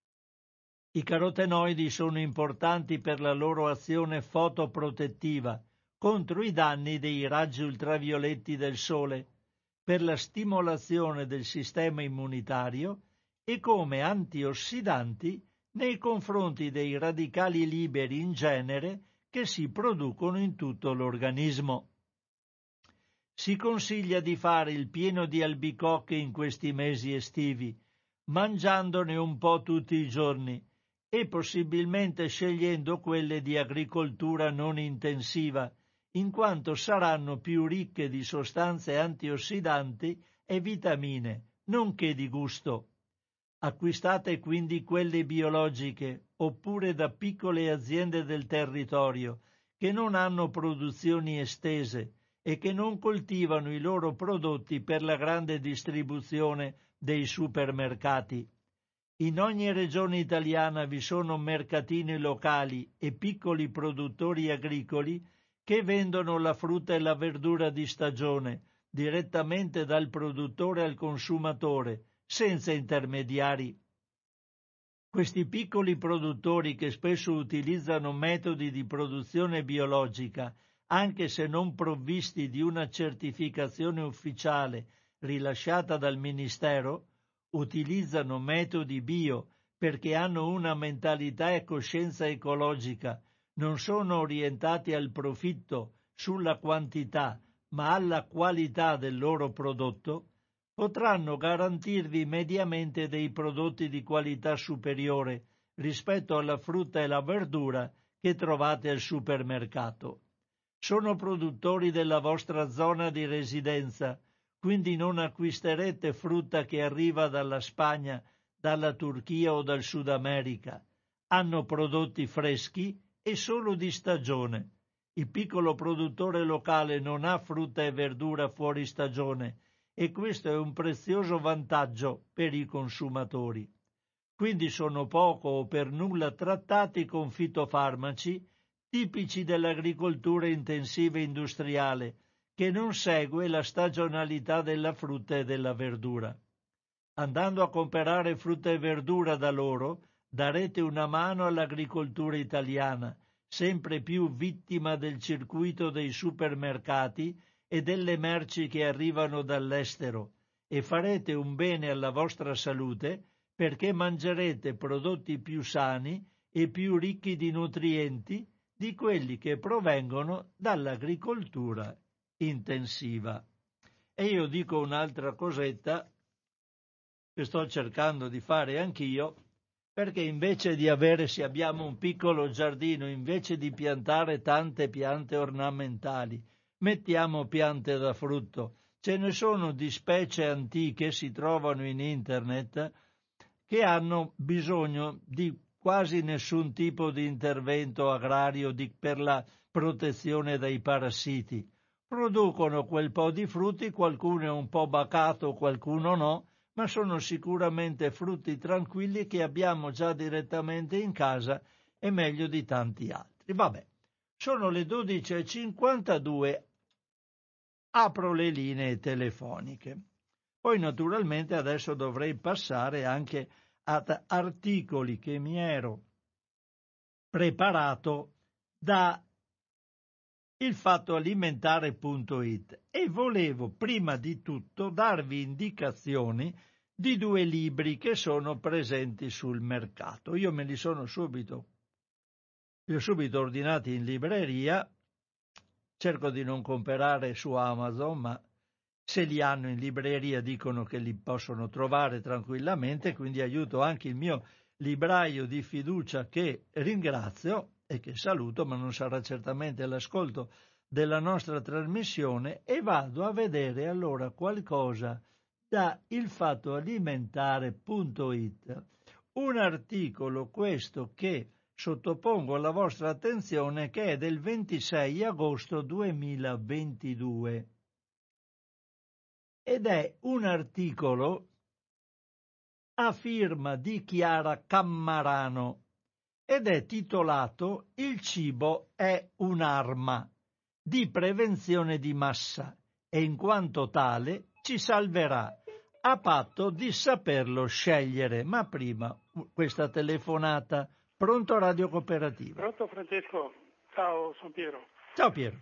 I carotenoidi sono importanti per la loro azione fotoprotettiva contro i danni dei raggi ultravioletti del sole, per la stimolazione del sistema immunitario e come antiossidanti nei confronti dei radicali liberi in genere che si producono in tutto l'organismo. Si consiglia di fare il pieno di albicocche in questi mesi estivi, mangiandone un po' tutti i giorni e possibilmente scegliendo quelle di agricoltura non intensiva, in quanto saranno più ricche di sostanze antiossidanti e vitamine, nonché di gusto. Acquistate quindi quelle biologiche, oppure da piccole aziende del territorio, che non hanno produzioni estese e che non coltivano i loro prodotti per la grande distribuzione dei supermercati. In ogni regione italiana vi sono mercatini locali e piccoli produttori agricoli che vendono la frutta e la verdura di stagione direttamente dal produttore al consumatore, senza intermediari. Questi piccoli produttori, che spesso utilizzano metodi di produzione biologica, anche se non provvisti di una certificazione ufficiale rilasciata dal Ministero, utilizzano metodi bio perché hanno una mentalità e coscienza ecologica, non sono orientati al profitto sulla quantità, ma alla qualità del loro prodotto, potranno garantirvi mediamente dei prodotti di qualità superiore rispetto alla frutta e la verdura che trovate al supermercato. Sono produttori della vostra zona di residenza, quindi non acquisterete frutta che arriva dalla Spagna, dalla Turchia o dal Sud America. Hanno prodotti freschi e solo di stagione. Il piccolo produttore locale non ha frutta e verdura fuori stagione e questo è un prezioso vantaggio per i consumatori. Quindi sono poco o per nulla trattati con fitofarmaci tipici dell'agricoltura intensiva industriale, che non segue la stagionalità della frutta e della verdura. Andando a comprare frutta e verdura da loro, darete una mano all'agricoltura italiana, sempre più vittima del circuito dei supermercati e delle merci che arrivano dall'estero, e farete un bene alla vostra salute perché mangerete prodotti più sani e più ricchi di nutrienti di quelli che provengono dall'agricoltura intensiva. E io dico un'altra cosetta che sto cercando di fare anch'io, perché invece di avere, se abbiamo un piccolo giardino, invece di piantare tante piante ornamentali, mettiamo piante da frutto. Ce ne sono di specie antiche, si trovano in internet, che hanno bisogno di quasi nessun tipo di intervento agrario per la protezione dai parassiti. Producono quel po' di frutti, qualcuno è un po' bacato, qualcuno no, ma sono sicuramente frutti tranquilli che abbiamo già direttamente in casa e meglio di tanti altri. Vabbè, sono le 12:52, apro le linee telefoniche. Poi naturalmente adesso dovrei passare anche ad articoli che mi ero preparato da ilfattoalimentare.it e volevo prima di tutto darvi indicazioni di 2 libri che sono presenti sul mercato. Io me li ho subito ordinati in libreria, cerco di non comprare su Amazon, ma Se li hanno in libreria dicono che li possono trovare tranquillamente, quindi aiuto anche il mio libraio di fiducia che ringrazio e che saluto, ma non sarà certamente l'ascolto della nostra trasmissione, e vado a vedere allora qualcosa da ilfattoalimentare.it, un articolo questo che sottopongo alla vostra attenzione, che è del 26 agosto 2022 ed è un articolo a firma di Chiara Cammarano ed è titolato "Il cibo è un'arma di prevenzione di massa e in quanto tale ci salverà, a patto di saperlo scegliere". Ma prima questa telefonata. Pronto Radio Cooperativa? Pronto Francesco, ciao, sono Piero. Ciao Piero.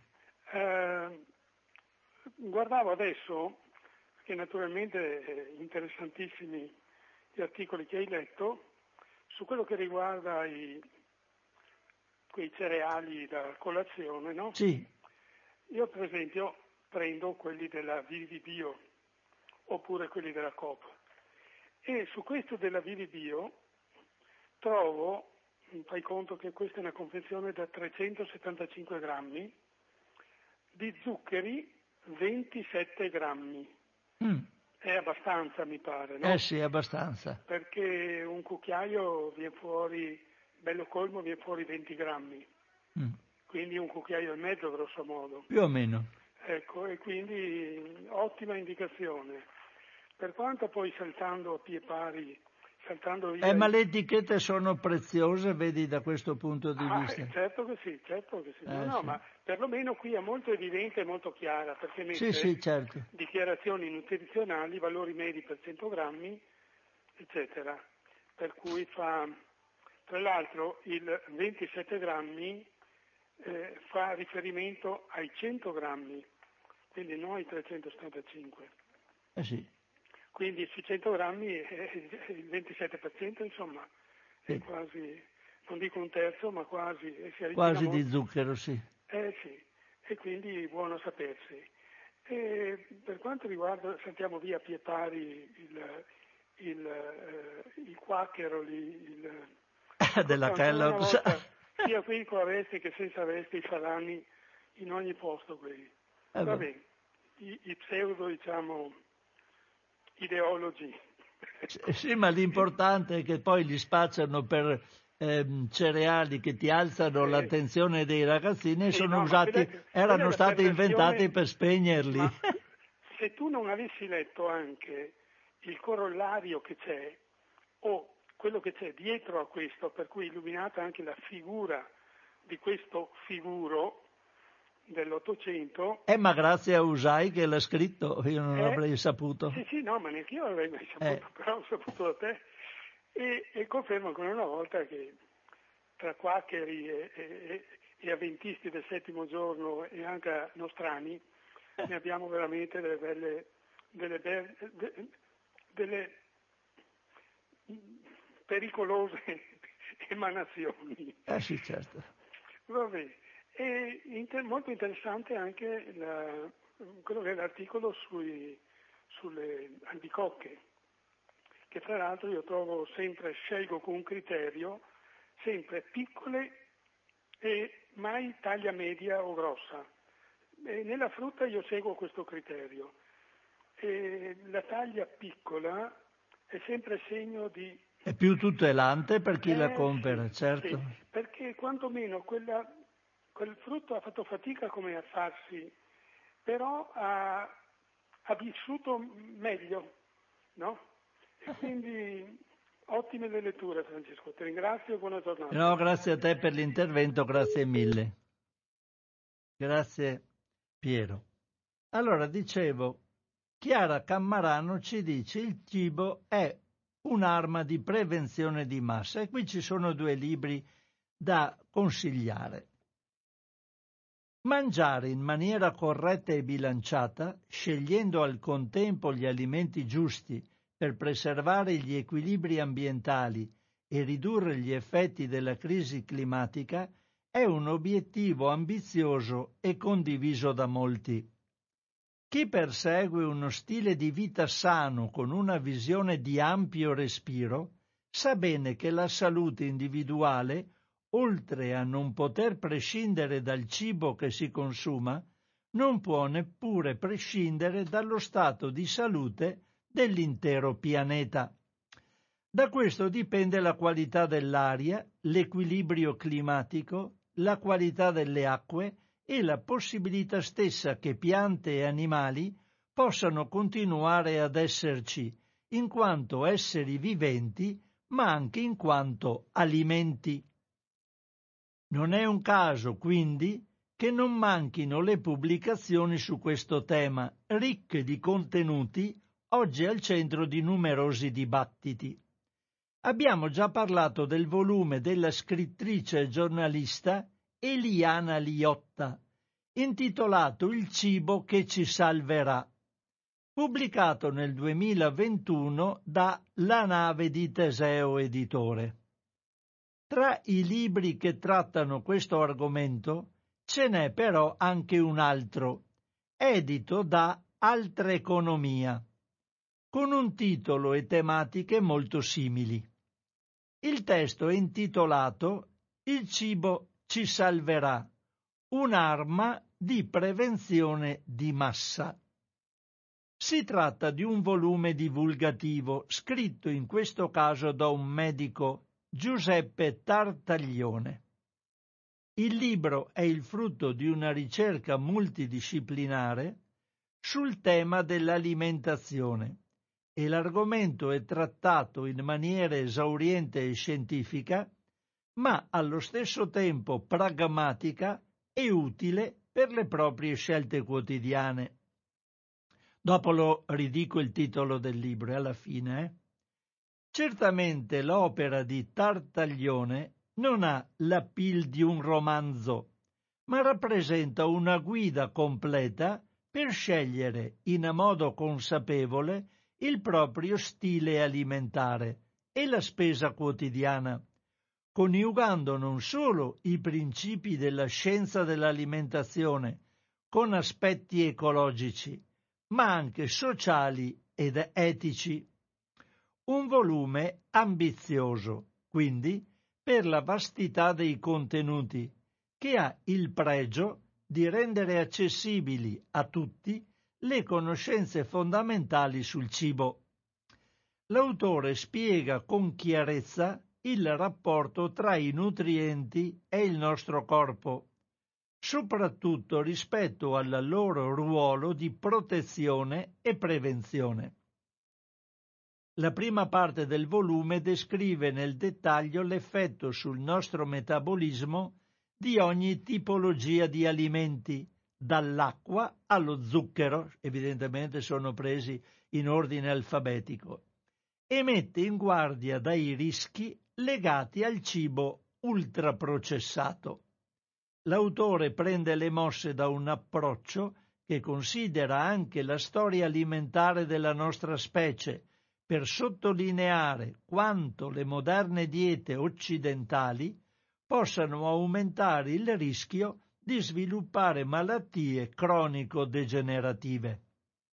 Guardavo adesso, che naturalmente interessantissimi gli articoli che hai letto, su quello che riguarda quei cereali da colazione, no? Sì. Io per esempio prendo quelli della Vivi Bio oppure quelli della Coop, e su questo della Vivi Bio trovo, fai conto che questa è una confezione da 375 grammi, di zuccheri 27 grammi. È abbastanza, mi pare, no? Sì, abbastanza. Perché un cucchiaio viene fuori, bello colmo, viene fuori 20 grammi. Quindi un cucchiaio e mezzo, grosso modo. Più o meno. Ecco, e quindi ottima indicazione. Per quanto poi saltando a piedi pari, saltando via... Ma le etichette sono preziose, vedi, da questo punto di vista? Certo che sì, certo che sì. No, sì. ma perlomeno qui è molto evidente e molto chiara, perché mette Sì, certo. dichiarazioni nutrizionali, valori medi per 100 grammi, eccetera. Per cui fa, tra l'altro, il 27 grammi fa riferimento ai 100 grammi, quindi non ai 375. Sì. Quindi su 100 grammi il 27%, insomma, sì. È quasi, non dico un terzo, ma quasi. Quasi di zucchero, sì. Sì, e quindi buono sapersi. E per quanto riguarda, sentiamo via a piedi pari il quacchero, della Kellogg's. Sia qui con la veste che senza veste, i salami in ogni posto quelli. Va bene, i pseudo, diciamo, ideologi. Sì, ma l'importante è che poi li spacciano per cereali che ti alzano l'attenzione dei ragazzini, e sono usati, erano stati inventati per spegnerli. Ma se tu non avessi letto anche il corollario che c'è, o quello che c'è dietro a questo, per cui illuminata anche la figura di questo figuro dell'Ottocento... ma grazie a Usai che l'ha scritto, io non avrei saputo. Sì, no, ma neanche io l'avrei mai saputo, però ho saputo da te. E confermo ancora una volta che tra quaccheri e avventisti del settimo giorno e anche nostrani ne abbiamo veramente delle pericolose emanazioni. Sì, certo. Va bene. E molto interessante anche quello che è l'articolo sulle albicocche, che fra l'altro io trovo sempre, scelgo con un criterio, sempre piccole e mai taglia media o grossa. E nella frutta io seguo questo criterio. E la taglia piccola è sempre segno di... È più tutelante per chi la compra, sì, certo. Sì, perché quantomeno quel frutto ha fatto fatica come a farsi, però ha vissuto meglio, no? E quindi ottime le letture, Francesco, ti ringrazio e buona giornata. No, grazie a te per l'intervento, grazie mille. Grazie Piero. Allora, dicevo, Chiara Cammarano ci dice il cibo è un'arma di prevenzione di massa, e qui ci sono 2 libri da consigliare. Mangiare in maniera corretta e bilanciata, scegliendo al contempo gli alimenti giusti per preservare gli equilibri ambientali e ridurre gli effetti della crisi climatica, è un obiettivo ambizioso e condiviso da molti. Chi persegue uno stile di vita sano con una visione di ampio respiro sa bene che la salute individuale, oltre a non poter prescindere dal cibo che si consuma, non può neppure prescindere dallo stato di salute dell'intero pianeta. Da questo dipende la qualità dell'aria, l'equilibrio climatico, la qualità delle acque e la possibilità stessa che piante e animali possano continuare ad esserci in quanto esseri viventi, ma anche in quanto alimenti. Non è un caso, quindi, che non manchino le pubblicazioni su questo tema, ricche di contenuti, oggi al centro di numerosi dibattiti. Abbiamo già parlato del volume della scrittrice e giornalista Eliana Liotta, intitolato Il cibo che ci salverà, pubblicato nel 2021 da La nave di Teseo editore. Tra i libri che trattano questo argomento ce n'è però anche un altro, edito da Altra Economia, con un titolo e tematiche molto simili. Il testo è intitolato Il cibo ci salverà, un'arma di prevenzione di massa. Si tratta di un volume divulgativo scritto in questo caso da un medico, Giuseppe Tartaglione. Il libro è il frutto di una ricerca multidisciplinare sul tema dell'alimentazione e l'argomento è trattato in maniera esauriente e scientifica, ma allo stesso tempo pragmatica e utile per le proprie scelte quotidiane. Dopo lo ridico il titolo del libro alla fine. Certamente l'opera di Tartaglione non ha l'appeal di un romanzo, ma rappresenta una guida completa per scegliere in modo consapevole il proprio stile alimentare e la spesa quotidiana, coniugando non solo i principi della scienza dell'alimentazione con aspetti ecologici, ma anche sociali ed etici. Un volume ambizioso, quindi, per la vastità dei contenuti, che ha il pregio di rendere accessibili a tutti le conoscenze fondamentali sul cibo. L'autore spiega con chiarezza il rapporto tra i nutrienti e il nostro corpo, soprattutto rispetto al loro ruolo di protezione e prevenzione. La prima parte del volume descrive nel dettaglio l'effetto sul nostro metabolismo di ogni tipologia di alimenti, dall'acqua allo zucchero, evidentemente sono presi in ordine alfabetico, e mette in guardia dai rischi legati al cibo ultraprocessato. L'autore prende le mosse da un approccio che considera anche la storia alimentare della nostra specie, per sottolineare quanto le moderne diete occidentali possano aumentare il rischio di sviluppare malattie cronico-degenerative.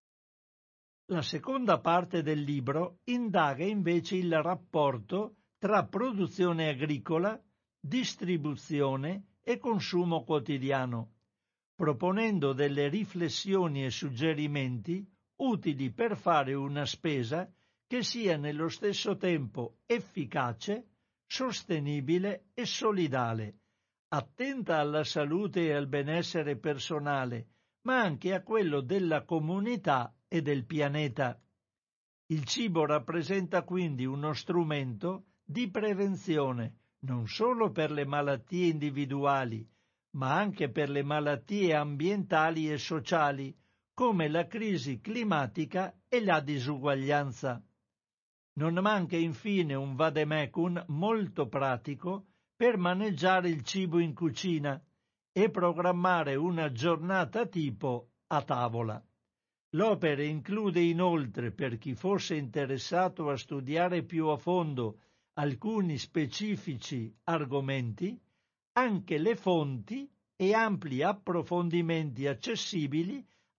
La seconda parte del libro indaga invece il rapporto tra produzione agricola, distribuzione e consumo quotidiano, proponendo delle riflessioni e suggerimenti utili per fare una spesa che sia nello stesso tempo efficace, sostenibile e solidale, attenta alla salute e al benessere personale, ma anche a quello della comunità e del pianeta. Il cibo rappresenta quindi uno strumento di prevenzione non solo per le malattie individuali, ma anche per le malattie ambientali e sociali, come la crisi climatica e la disuguaglianza. Non manca infine un vademecum molto pratico per maneggiare il cibo in cucina e programmare una giornata tipo a tavola. L'opera include inoltre, per chi fosse interessato a studiare più a fondo alcuni specifici argomenti, anche le fonti e ampli approfondimenti accessibili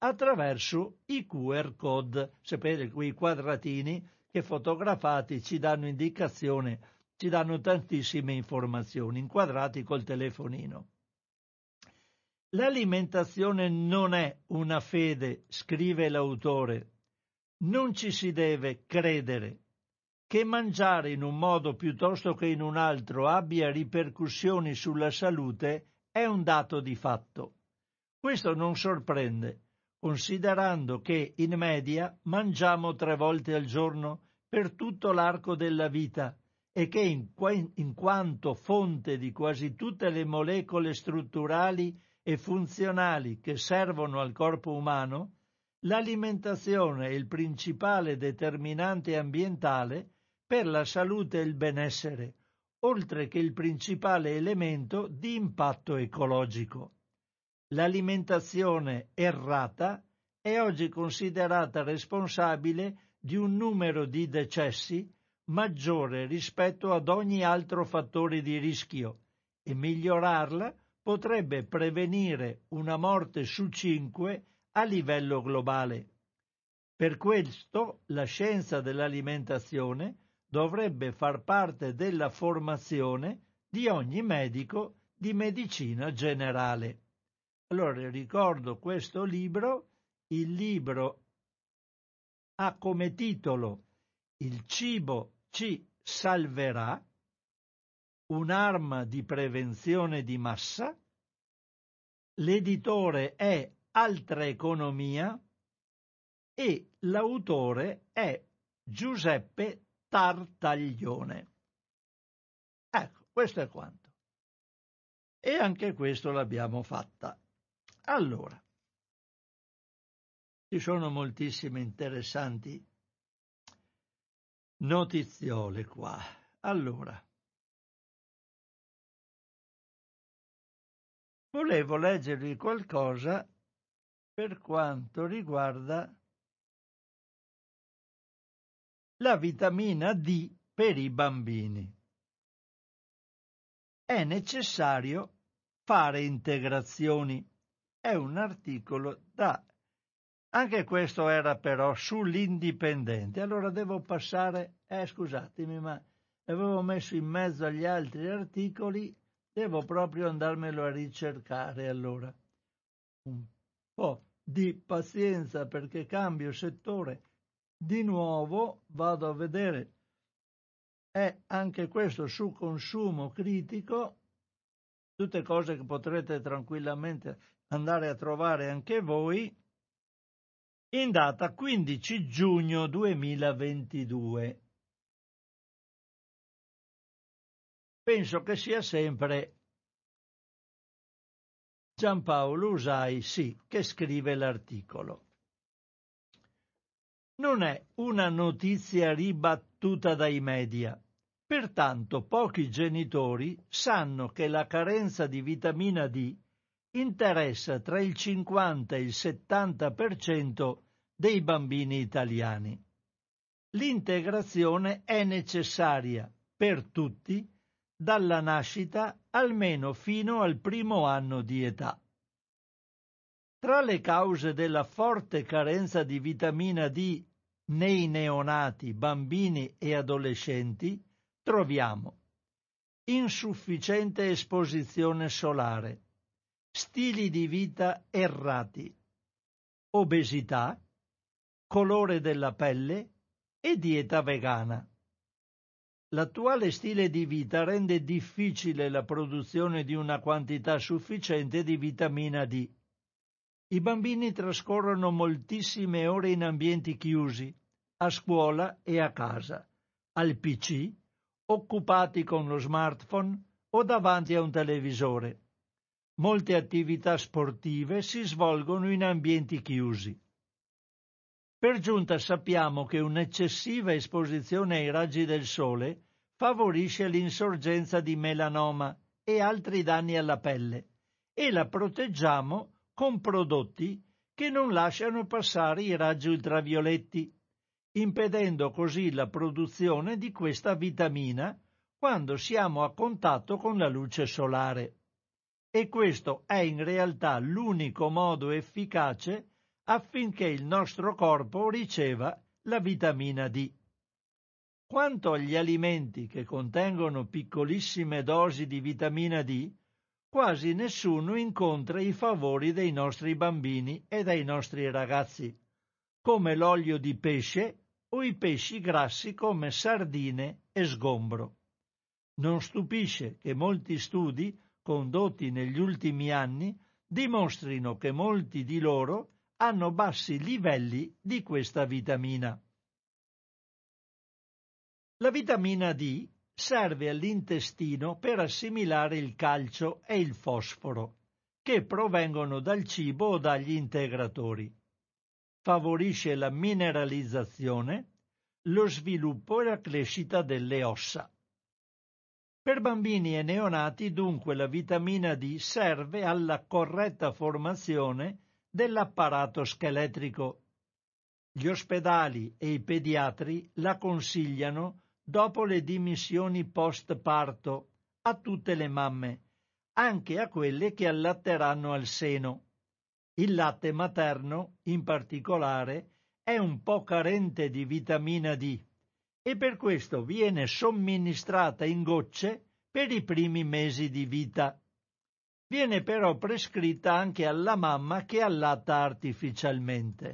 attraverso i QR code, sapete, quei quadratini che fotografati ci danno indicazione, ci danno tantissime informazioni, inquadrati col telefonino. L'alimentazione non è una fede, scrive l'autore. Non ci si deve credere. Che mangiare in un modo piuttosto che in un altro abbia ripercussioni sulla salute è un dato di fatto. Questo non sorprende, considerando che in media mangiamo 3 volte al giorno per tutto l'arco della vita e che in quanto fonte di quasi tutte le molecole strutturali e funzionali che servono al corpo umano, l'alimentazione è il principale determinante ambientale per la salute e il benessere, oltre che il principale elemento di impatto ecologico. L'alimentazione errata è oggi considerata responsabile di un numero di decessi maggiore rispetto ad ogni altro fattore di rischio e migliorarla potrebbe prevenire una morte su 5 a livello globale. Per questo la scienza dell'alimentazione dovrebbe far parte della formazione di ogni medico di medicina generale. Allora ricordo questo libro, il libro ha come titolo Il cibo ci salverà, un'arma di prevenzione di massa, l'editore è Altra Economia e l'autore è Giuseppe Tartaglione. Ecco, questo è quanto. E anche questo l'abbiamo fatta. Allora, ci sono moltissime interessanti notiziole qua. Allora, volevo leggervi qualcosa per quanto riguarda la vitamina D per i bambini. È necessario fare integrazioni. È un articolo da... Anche questo era però sull'Indipendente. Allora devo passare... scusatemi, ma l'avevo messo in mezzo agli altri articoli. Devo proprio andarmelo a ricercare, allora. Un po' di pazienza perché cambio settore. Di nuovo vado a vedere. È anche questo su consumo critico, tutte cose che potrete tranquillamente andare a trovare anche voi, in data 15 giugno 2022. Penso che sia sempre Giampaolo Usai, sì, che scrive l'articolo. Non è una notizia ribattuta dai media. Pertanto pochi genitori sanno che la carenza di vitamina D interessa tra il 50 e il 70% dei bambini italiani. L'integrazione è necessaria per tutti dalla nascita almeno fino al primo anno di età. Tra le cause della forte carenza di vitamina D nei neonati, bambini e adolescenti troviamo insufficiente esposizione solare, stili di vita errati, obesità, colore della pelle e dieta vegana. L'attuale stile di vita rende difficile la produzione di una quantità sufficiente di vitamina D. I bambini trascorrono moltissime ore in ambienti chiusi, a scuola e a casa, al PC, occupati con lo smartphone o davanti a un televisore. Molte attività sportive si svolgono in ambienti chiusi. Per giunta sappiamo che un'eccessiva esposizione ai raggi del sole favorisce l'insorgenza di melanoma e altri danni alla pelle e la proteggiamo con prodotti che non lasciano passare i raggi ultravioletti, impedendo così la produzione di questa vitamina quando siamo a contatto con la luce solare. E questo è in realtà l'unico modo efficace affinché il nostro corpo riceva la vitamina D. Quanto agli alimenti che contengono piccolissime dosi di vitamina D, quasi nessuno incontra i favori dei nostri bambini e dei nostri ragazzi, come l'olio di pesce o i pesci grassi come sardine e sgombro. Non stupisce che molti studi, condotti negli ultimi anni, dimostrino che molti di loro hanno bassi livelli di questa vitamina. La vitamina D serve all'intestino per assimilare il calcio e il fosforo, che provengono dal cibo o dagli integratori. Favorisce la mineralizzazione, lo sviluppo e la crescita delle ossa. Per bambini e neonati, dunque, la vitamina D serve alla corretta formazione dell'apparato scheletrico. Gli ospedali e i pediatri la consigliano dopo le dimissioni post-parto a tutte le mamme, anche a quelle che allatteranno al seno. Il latte materno, in particolare, è un po' carente di vitamina D e per questo viene somministrata in gocce per i primi mesi di vita. Viene però prescritta anche alla mamma che allatta artificialmente.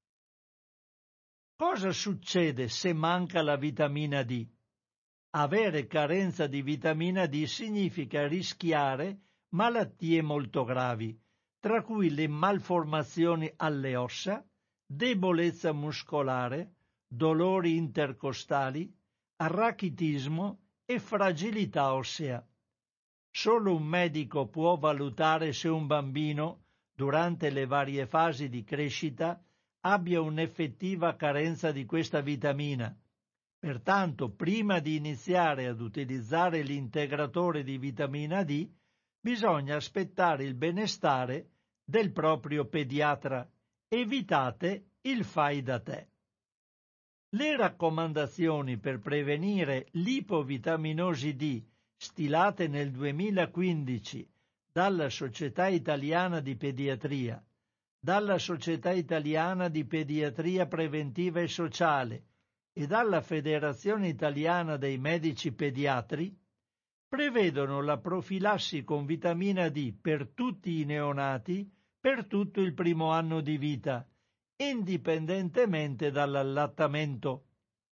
Cosa succede se manca la vitamina D? Avere carenza di vitamina D significa rischiare malattie molto gravi, tra cui le malformazioni alle ossa, debolezza muscolare, dolori intercostali, rachitismo e fragilità ossea. Solo un medico può valutare se un bambino, durante le varie fasi di crescita, abbia un'effettiva carenza di questa vitamina. Pertanto, prima di iniziare ad utilizzare l'integratore di vitamina D, bisogna aspettare il benestare del proprio pediatra. Evitate il fai da te. Le raccomandazioni per prevenire l'ipovitaminosi D, stilate nel 2015 dalla Società Italiana di Pediatria, dalla Società Italiana di Pediatria Preventiva e Sociale e dalla Federazione Italiana dei Medici Pediatri, prevedono la profilassi con vitamina D per tutti i neonati per tutto il primo anno di vita, indipendentemente dall'allattamento.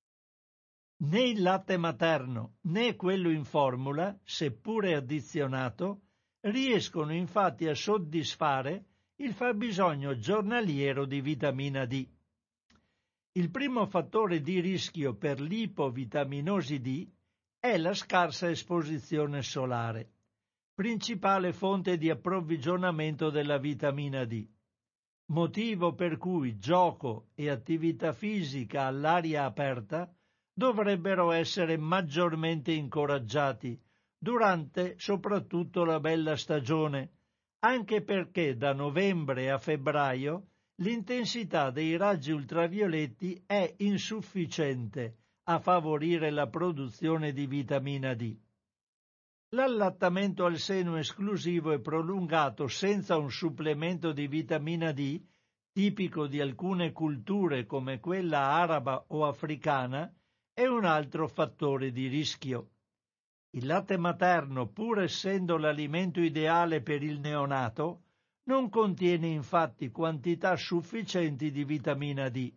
Né il latte materno né quello in formula, seppure addizionato, riescono infatti a soddisfare il fabbisogno giornaliero di vitamina D. Il primo fattore di rischio per l'ipovitaminosi D è la scarsa esposizione solare, principale fonte di approvvigionamento della vitamina D, motivo per cui gioco e attività fisica all'aria aperta dovrebbero essere maggiormente incoraggiati durante soprattutto la bella stagione, anche perché da novembre a febbraio l'intensità dei raggi ultravioletti è insufficiente a favorire la produzione di vitamina D. L'allattamento al seno esclusivo e prolungato senza un supplemento di vitamina D, tipico di alcune culture come quella araba o africana, è un altro fattore di rischio. Il latte materno, pur essendo l'alimento ideale per il neonato, non contiene infatti quantità sufficienti di vitamina D.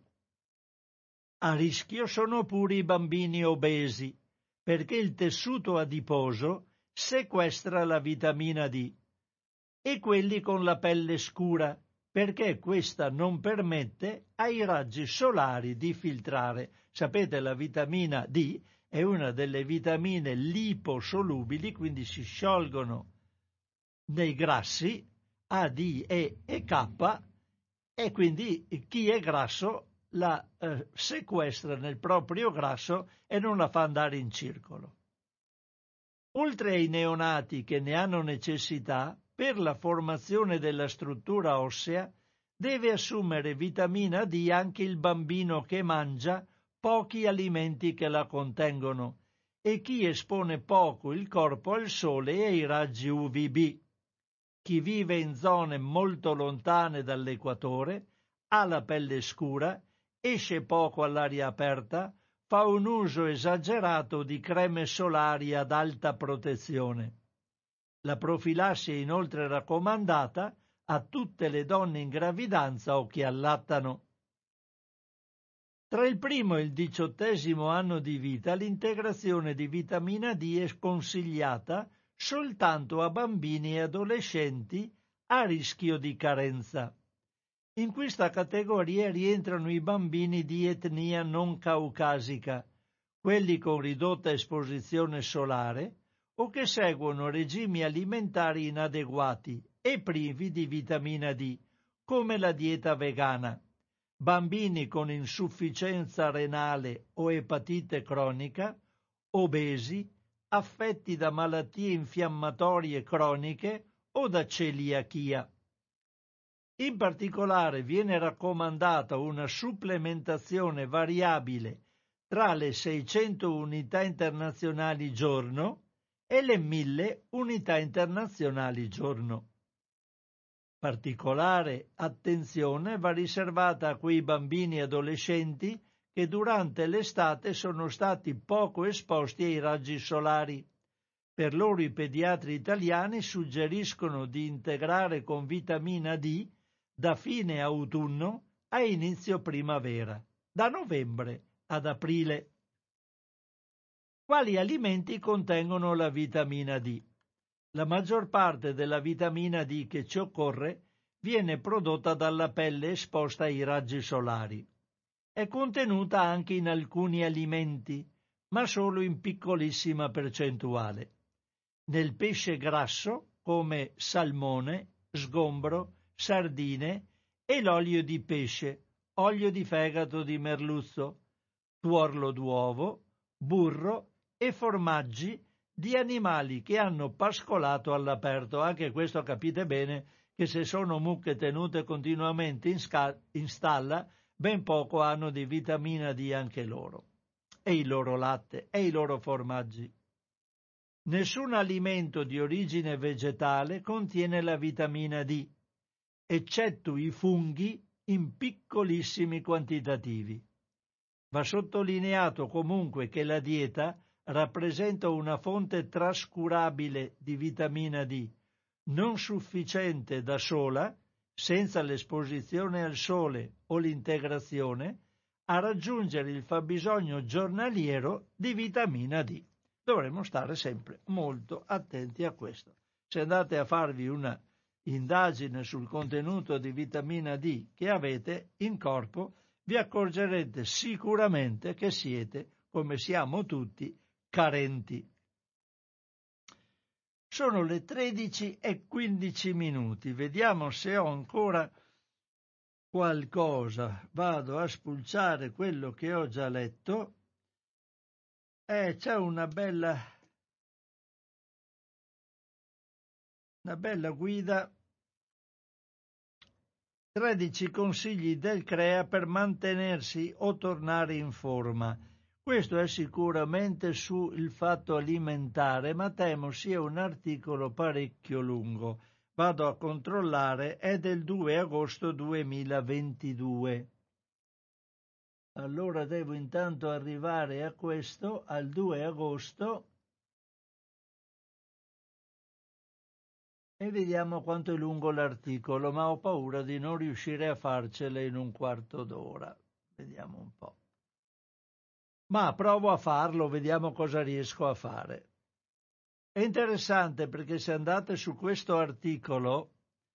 A rischio sono pure i bambini obesi, perché il tessuto adiposo sequestra la vitamina D, e quelli con la pelle scura, perché questa non permette ai raggi solari di filtrare. Sapete, la vitamina D è una delle vitamine liposolubili, quindi si sciolgono nei grassi A, D, E K, e quindi chi è grasso la sequestra nel proprio grasso e non la fa andare in circolo. Oltre ai neonati che ne hanno necessità, per la formazione della struttura ossea deve assumere vitamina D anche il bambino che mangia pochi alimenti che la contengono e chi espone poco il corpo al sole e ai raggi UVB. Chi vive in zone molto lontane dall'equatore ha la pelle scura, esce poco all'aria aperta, fa un uso esagerato di creme solari ad alta protezione. La profilassi è inoltre raccomandata a tutte le donne in gravidanza o che allattano. Tra il primo e il 18° anno di vita l'integrazione di vitamina D è consigliata soltanto a bambini e adolescenti a rischio di carenza. In questa categoria rientrano i bambini di etnia non caucasica, quelli con ridotta esposizione solare o che seguono regimi alimentari inadeguati e privi di vitamina D, come la dieta vegana, bambini con insufficienza renale o epatite cronica, obesi, affetti da malattie infiammatorie croniche o da celiachia. In particolare viene raccomandata una supplementazione variabile tra le 600 unità internazionali giorno e le 1000 unità internazionali giorno. Particolare attenzione va riservata a quei bambini e adolescenti che durante l'estate sono stati poco esposti ai raggi solari. Per loro i pediatri italiani suggeriscono di integrare con vitamina D da fine autunno a inizio primavera, da novembre ad aprile. Quali alimenti contengono la vitamina D? La maggior parte della vitamina D che ci occorre viene prodotta dalla pelle esposta ai raggi solari. È contenuta anche in alcuni alimenti, ma solo in piccolissima percentuale. Nel pesce grasso come salmone, sgombro, sardine e l'olio di pesce, olio di fegato di merluzzo, tuorlo d'uovo, burro e formaggi di animali che hanno pascolato all'aperto. Anche questo capite bene che se sono mucche tenute continuamente in stalla, ben poco hanno di vitamina D anche loro, e il loro latte e i loro formaggi. Nessun alimento di origine vegetale contiene la vitamina D, eccetto i funghi in piccolissimi quantitativi. Va sottolineato comunque che la dieta rappresenta una fonte trascurabile di vitamina D, non sufficiente da sola, senza l'esposizione al sole o l'integrazione, a raggiungere il fabbisogno giornaliero di vitamina D. Dovremmo stare sempre molto attenti a questo. Se andate a farvi una indagine sul contenuto di vitamina D che avete in corpo, vi accorgerete sicuramente che siete, come siamo tutti, carenti. Sono le 13:15. Vediamo se ho ancora qualcosa. Vado a spulciare quello che ho già letto. C'è una bella guida. 13 consigli del CREA per mantenersi o tornare in forma. Questo è sicuramente sul fatto alimentare, ma temo sia un articolo parecchio lungo. Vado a controllare, è del 2 agosto 2022. Allora devo intanto arrivare a questo, al 2 agosto, e vediamo quanto è lungo l'articolo, ma ho paura di non riuscire a farcela in un quarto d'ora. Vediamo un po'. Ma provo a farlo, vediamo cosa riesco a fare. È interessante perché se andate su questo articolo,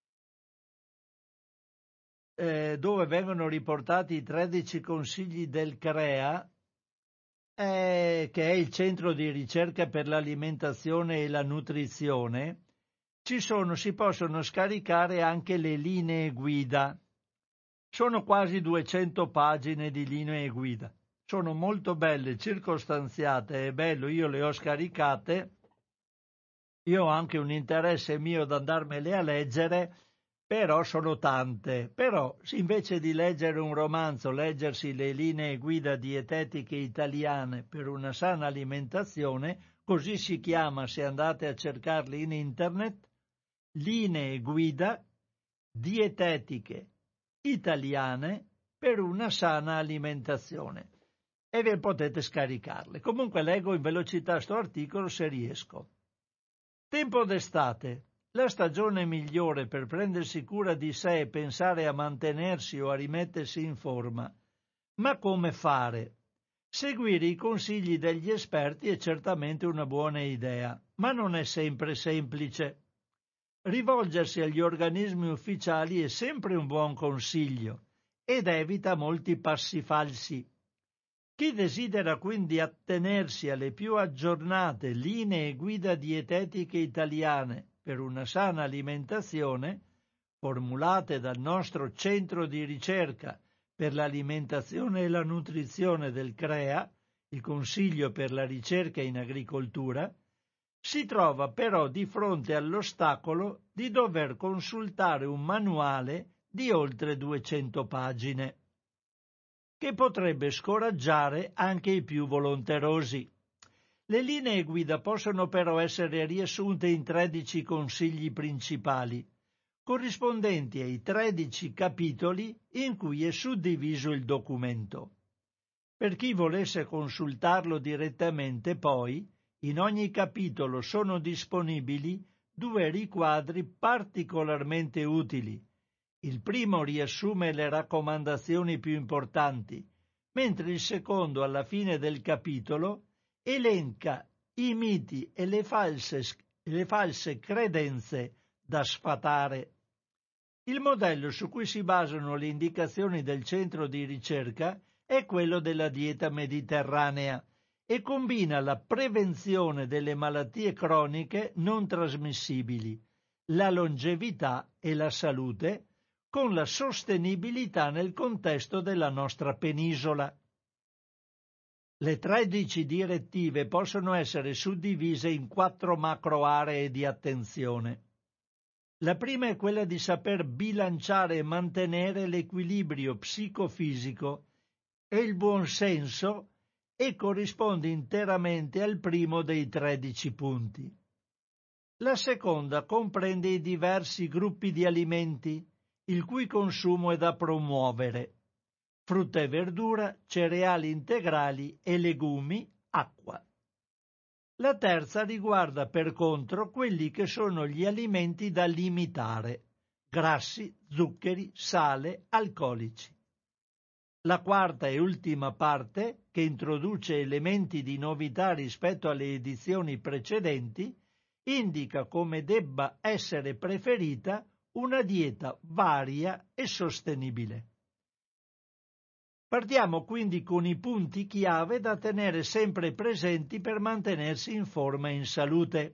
dove vengono riportati i 13 consigli del CREA, che è il centro di ricerca per l'alimentazione e la nutrizione, si possono scaricare anche le linee guida. Sono quasi 200 pagine di linee guida. Sono molto belle, circostanziate, è bello, io le ho scaricate. Io ho anche un interesse mio ad andarmele a leggere, però sono tante. Però invece di leggere un romanzo, leggersi le linee guida dietetiche italiane per una sana alimentazione, così si chiama se andate a cercarli in internet, linee guida dietetiche italiane per una sana alimentazione e vi potete scaricarle. Comunque leggo in velocità sto articolo se riesco. Tempo d'estate. La stagione migliore per prendersi cura di sé e pensare a mantenersi o a rimettersi in forma. Ma come fare? Seguire i consigli degli esperti è certamente una buona idea, ma non è sempre semplice. Rivolgersi agli organismi ufficiali è sempre un buon consiglio ed evita molti passi falsi. Chi desidera quindi attenersi alle più aggiornate linee guida dietetiche italiane per una sana alimentazione, formulate dal nostro centro di ricerca per l'alimentazione e la nutrizione del CREA, il Consiglio per la ricerca in agricoltura, si trova però di fronte all'ostacolo di dover consultare un manuale di oltre 200 pagine, che potrebbe scoraggiare anche i più volonterosi. Le linee guida possono però essere riassunte in 13 consigli principali, corrispondenti ai 13 capitoli in cui è suddiviso il documento. Per chi volesse consultarlo direttamente, poi, in ogni capitolo sono disponibili 2 riquadri particolarmente utili. Il primo riassume le raccomandazioni più importanti, mentre il secondo, alla fine del capitolo, elenca i miti e le false credenze da sfatare. Il modello su cui si basano le indicazioni del centro di ricerca è quello della dieta mediterranea e combina la prevenzione delle malattie croniche non trasmissibili, la longevità e la salute, con la sostenibilità nel contesto della nostra penisola. Le 13 direttive possono essere suddivise in 4 macro aree di attenzione. La prima è quella di saper bilanciare e mantenere l'equilibrio psicofisico e il buon senso e corrisponde interamente al primo dei 13 punti. La seconda comprende i diversi gruppi di alimenti, il cui consumo è da promuovere: frutta e verdura, cereali integrali e legumi, acqua. La terza riguarda per contro quelli che sono gli alimenti da limitare: grassi, zuccheri, sale, alcolici. La quarta e ultima parte, che introduce elementi di novità rispetto alle edizioni precedenti, indica come debba essere preferita una dieta varia e sostenibile. Partiamo quindi con i punti chiave da tenere sempre presenti per mantenersi in forma e in salute.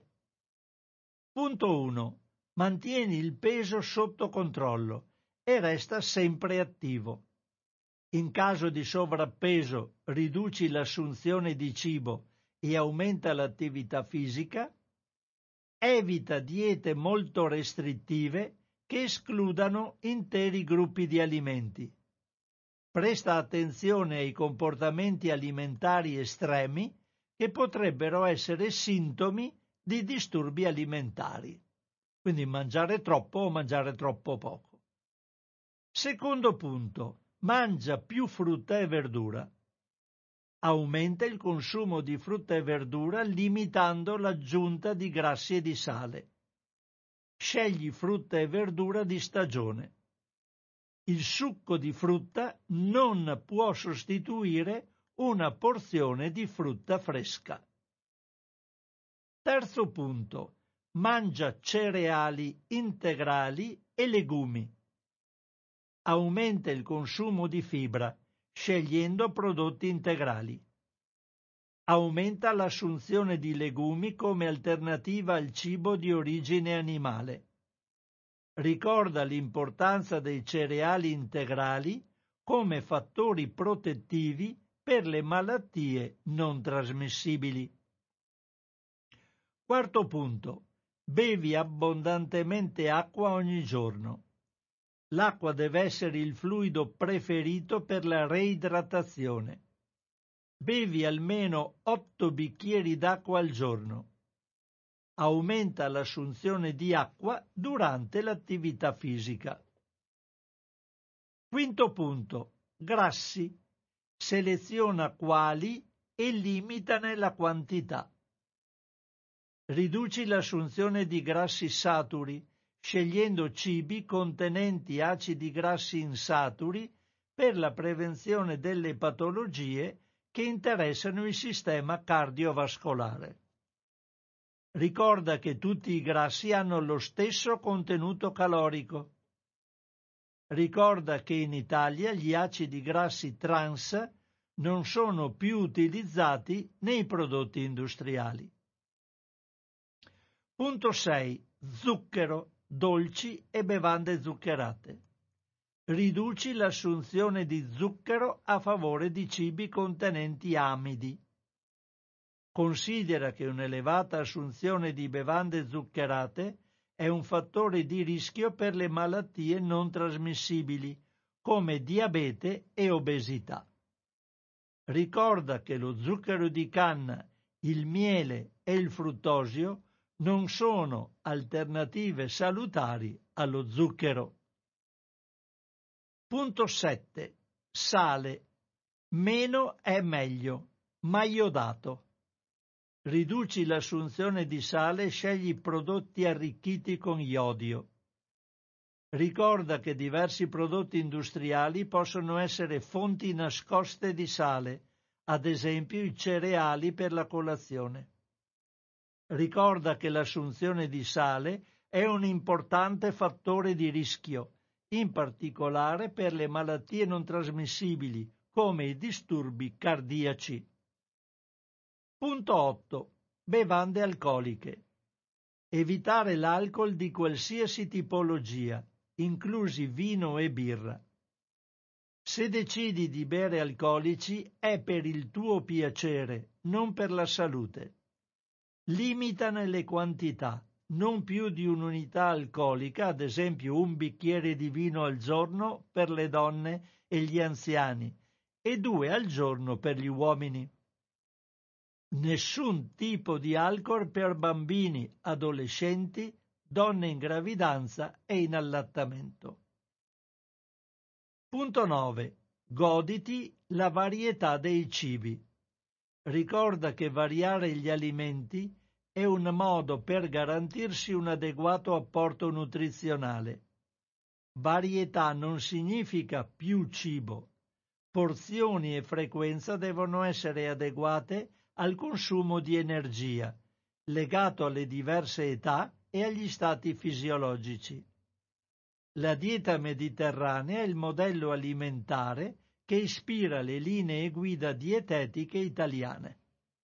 Punto 1. Mantieni il peso sotto controllo e resta sempre attivo. In caso di sovrappeso, riduci l'assunzione di cibo e aumenta l'attività fisica. Evita diete molto restrittive che escludano interi gruppi di alimenti. Presta attenzione ai comportamenti alimentari estremi che potrebbero essere sintomi di disturbi alimentari. Quindi mangiare troppo o mangiare troppo poco. Secondo punto, mangia più frutta e verdura. Aumenta il consumo di frutta e verdura limitando l'aggiunta di grassi e di sale. Scegli frutta e verdura di stagione. Il succo di frutta non può sostituire una porzione di frutta fresca. Terzo punto, mangia cereali integrali e legumi. Aumenta il consumo di fibra, scegliendo prodotti integrali. Aumenta l'assunzione di legumi come alternativa al cibo di origine animale. Ricorda l'importanza dei cereali integrali come fattori protettivi per le malattie non trasmissibili. Quarto punto. Bevi abbondantemente acqua ogni giorno. L'acqua deve essere il fluido preferito per la reidratazione. Bevi almeno 8 bicchieri d'acqua al giorno. Aumenta l'assunzione di acqua durante l'attività fisica. Quinto punto. Grassi. Seleziona quali e limitane la quantità. Riduci l'assunzione di grassi saturi, scegliendo cibi contenenti acidi grassi insaturi per la prevenzione delle patologie che interessano il sistema cardiovascolare. Ricorda che tutti i grassi hanno lo stesso contenuto calorico. Ricorda che in Italia gli acidi grassi trans non sono più utilizzati nei prodotti industriali. Punto 6. Zucchero, dolci e bevande zuccherate. Riduci l'assunzione di zucchero a favore di cibi contenenti amidi. Considera che un'elevata assunzione di bevande zuccherate è un fattore di rischio per le malattie non trasmissibili, come diabete e obesità. Ricorda che lo zucchero di canna, il miele e il fruttosio non sono alternative salutari allo zucchero. Punto 7. Sale. Meno è meglio, ma iodato. Riduci l'assunzione di sale e scegli prodotti arricchiti con iodio. Ricorda che diversi prodotti industriali possono essere fonti nascoste di sale, ad esempio i cereali per la colazione. Ricorda che l'assunzione di sale è un importante fattore di rischio, in particolare per le malattie non trasmissibili, come i disturbi cardiaci. Punto 8. Bevande alcoliche. Evitare l'alcol di qualsiasi tipologia, inclusi vino e birra. Se decidi di bere alcolici è per il tuo piacere, non per la salute. Limitane le quantità, non più di un'unità alcolica, ad esempio un bicchiere di vino al giorno per le donne e gli anziani e 2 al giorno per gli uomini. Nessun tipo di alcol per bambini, adolescenti, donne in gravidanza e in allattamento. Punto 9. Goditi la varietà dei cibi. Ricorda che variare gli alimenti è un modo per garantirsi un adeguato apporto nutrizionale. Varietà non significa più cibo. Porzioni e frequenza devono essere adeguate al consumo di energia, legato alle diverse età e agli stati fisiologici. La dieta mediterranea è il modello alimentare che ispira le linee guida dietetiche italiane.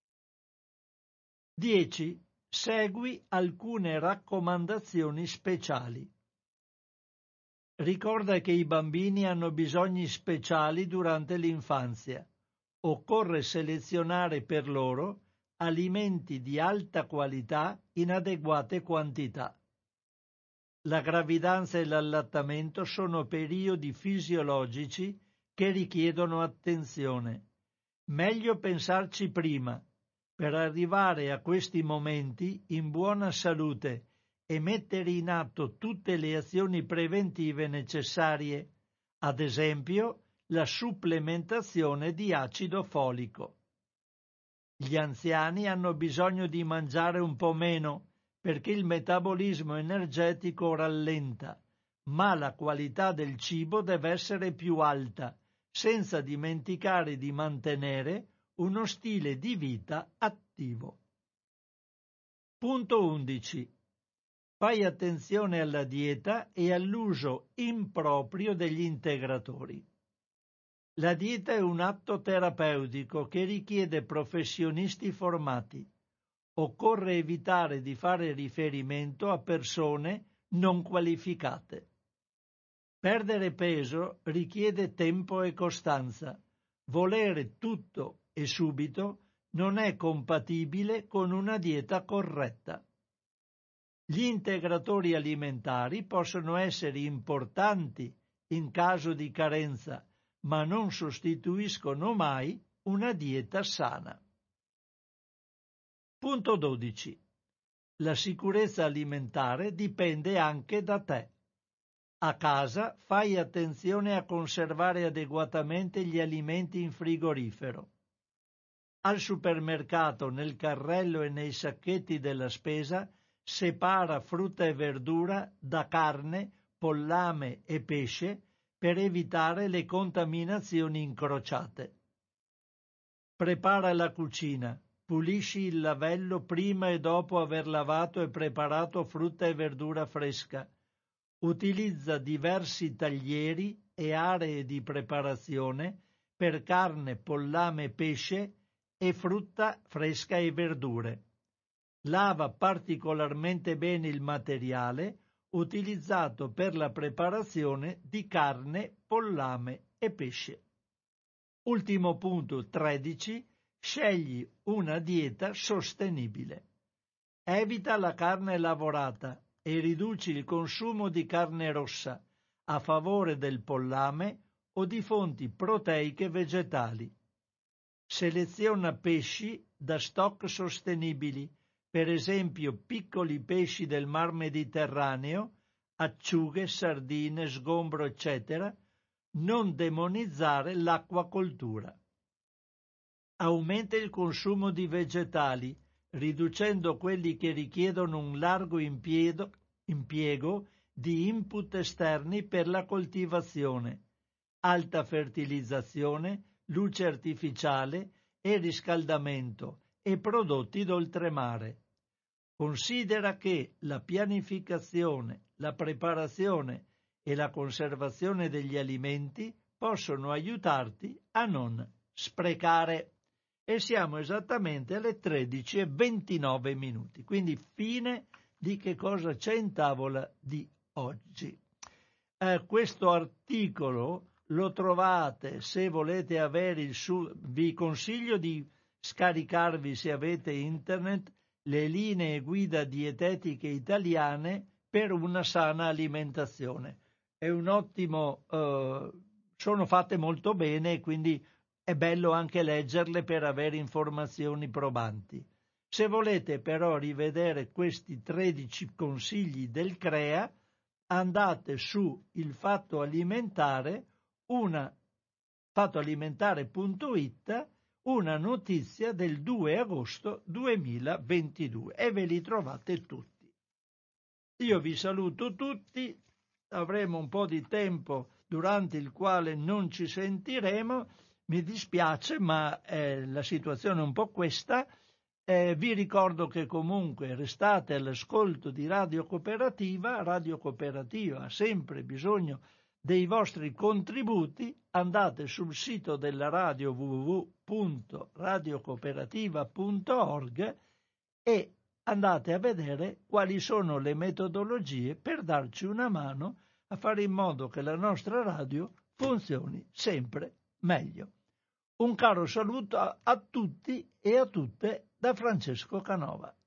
10. Segui alcune raccomandazioni speciali. Ricorda che i bambini hanno bisogni speciali durante l'infanzia. Occorre selezionare per loro alimenti di alta qualità in adeguate quantità. La gravidanza e l'allattamento sono periodi fisiologici che richiedono attenzione. Meglio pensarci prima, per arrivare a questi momenti in buona salute e mettere in atto tutte le azioni preventive necessarie, ad esempio la supplementazione di acido folico. Gli anziani hanno bisogno di mangiare un po' meno perché il metabolismo energetico rallenta, ma la qualità del cibo deve essere più alta, senza dimenticare di mantenere uno stile di vita attivo. Punto 11. Fai attenzione alla dieta e all'uso improprio degli integratori. La dieta è un atto terapeutico che richiede professionisti formati. Occorre evitare di fare riferimento a persone non qualificate. Perdere peso richiede tempo e costanza. Volere tutto e subito non è compatibile con una dieta corretta. Gli integratori alimentari possono essere importanti in caso di carenza, ma non sostituiscono mai una dieta sana. Punto 12. La sicurezza alimentare dipende anche da te. A casa fai attenzione a conservare adeguatamente gli alimenti in frigorifero. Al supermercato, nel carrello e nei sacchetti della spesa, separa frutta e verdura da carne, pollame e pesce per evitare le contaminazioni incrociate. Prepara la cucina. Pulisci il lavello prima e dopo aver lavato e preparato frutta e verdura fresca. Utilizza diversi taglieri e aree di preparazione per carne, pollame, pesce e frutta fresca e verdure. Lava particolarmente bene il materiale utilizzato per la preparazione di carne, pollame e pesce. Ultimo punto 13. Scegli una dieta sostenibile. Evita la carne lavorata e riduci il consumo di carne rossa a favore del pollame o di fonti proteiche vegetali. Seleziona pesci da stock sostenibili, per esempio piccoli pesci del Mar Mediterraneo, acciughe, sardine, sgombro, eccetera. Non demonizzare l'acquacoltura. Aumenta il consumo di vegetali, riducendo quelli che richiedono un largo impiego di input esterni per la coltivazione, alta fertilizzazione, luce artificiale e riscaldamento e prodotti d'oltremare. Considera che la pianificazione, la preparazione e la conservazione degli alimenti possono aiutarti a non sprecare. E siamo esattamente alle 13:29, quindi fine di Che cosa c'è in tavola di oggi. Questo articolo lo trovate, se volete avere vi consiglio di scaricarvi, se avete internet, le linee guida dietetiche italiane per una sana alimentazione. È un ottimo, sono fatte molto bene, quindi è bello anche leggerle per avere informazioni probanti. Se volete però rivedere questi 13 consigli del CREA, andate su il fattoalimentare.it, una notizia del 2 agosto 2022 e ve li trovate tutti. Io vi saluto tutti, avremo un po' di tempo durante il quale non ci sentiremo. Mi dispiace, ma la situazione è un po' questa. Vi ricordo che comunque restate all'ascolto di Radio Cooperativa. Radio Cooperativa ha sempre bisogno dei vostri contributi. Andate sul sito della radio www.radiocooperativa.org e andate a vedere quali sono le metodologie per darci una mano a fare in modo che la nostra radio funzioni sempre meglio. Un caro saluto a tutti e a tutte da Francesco Canova.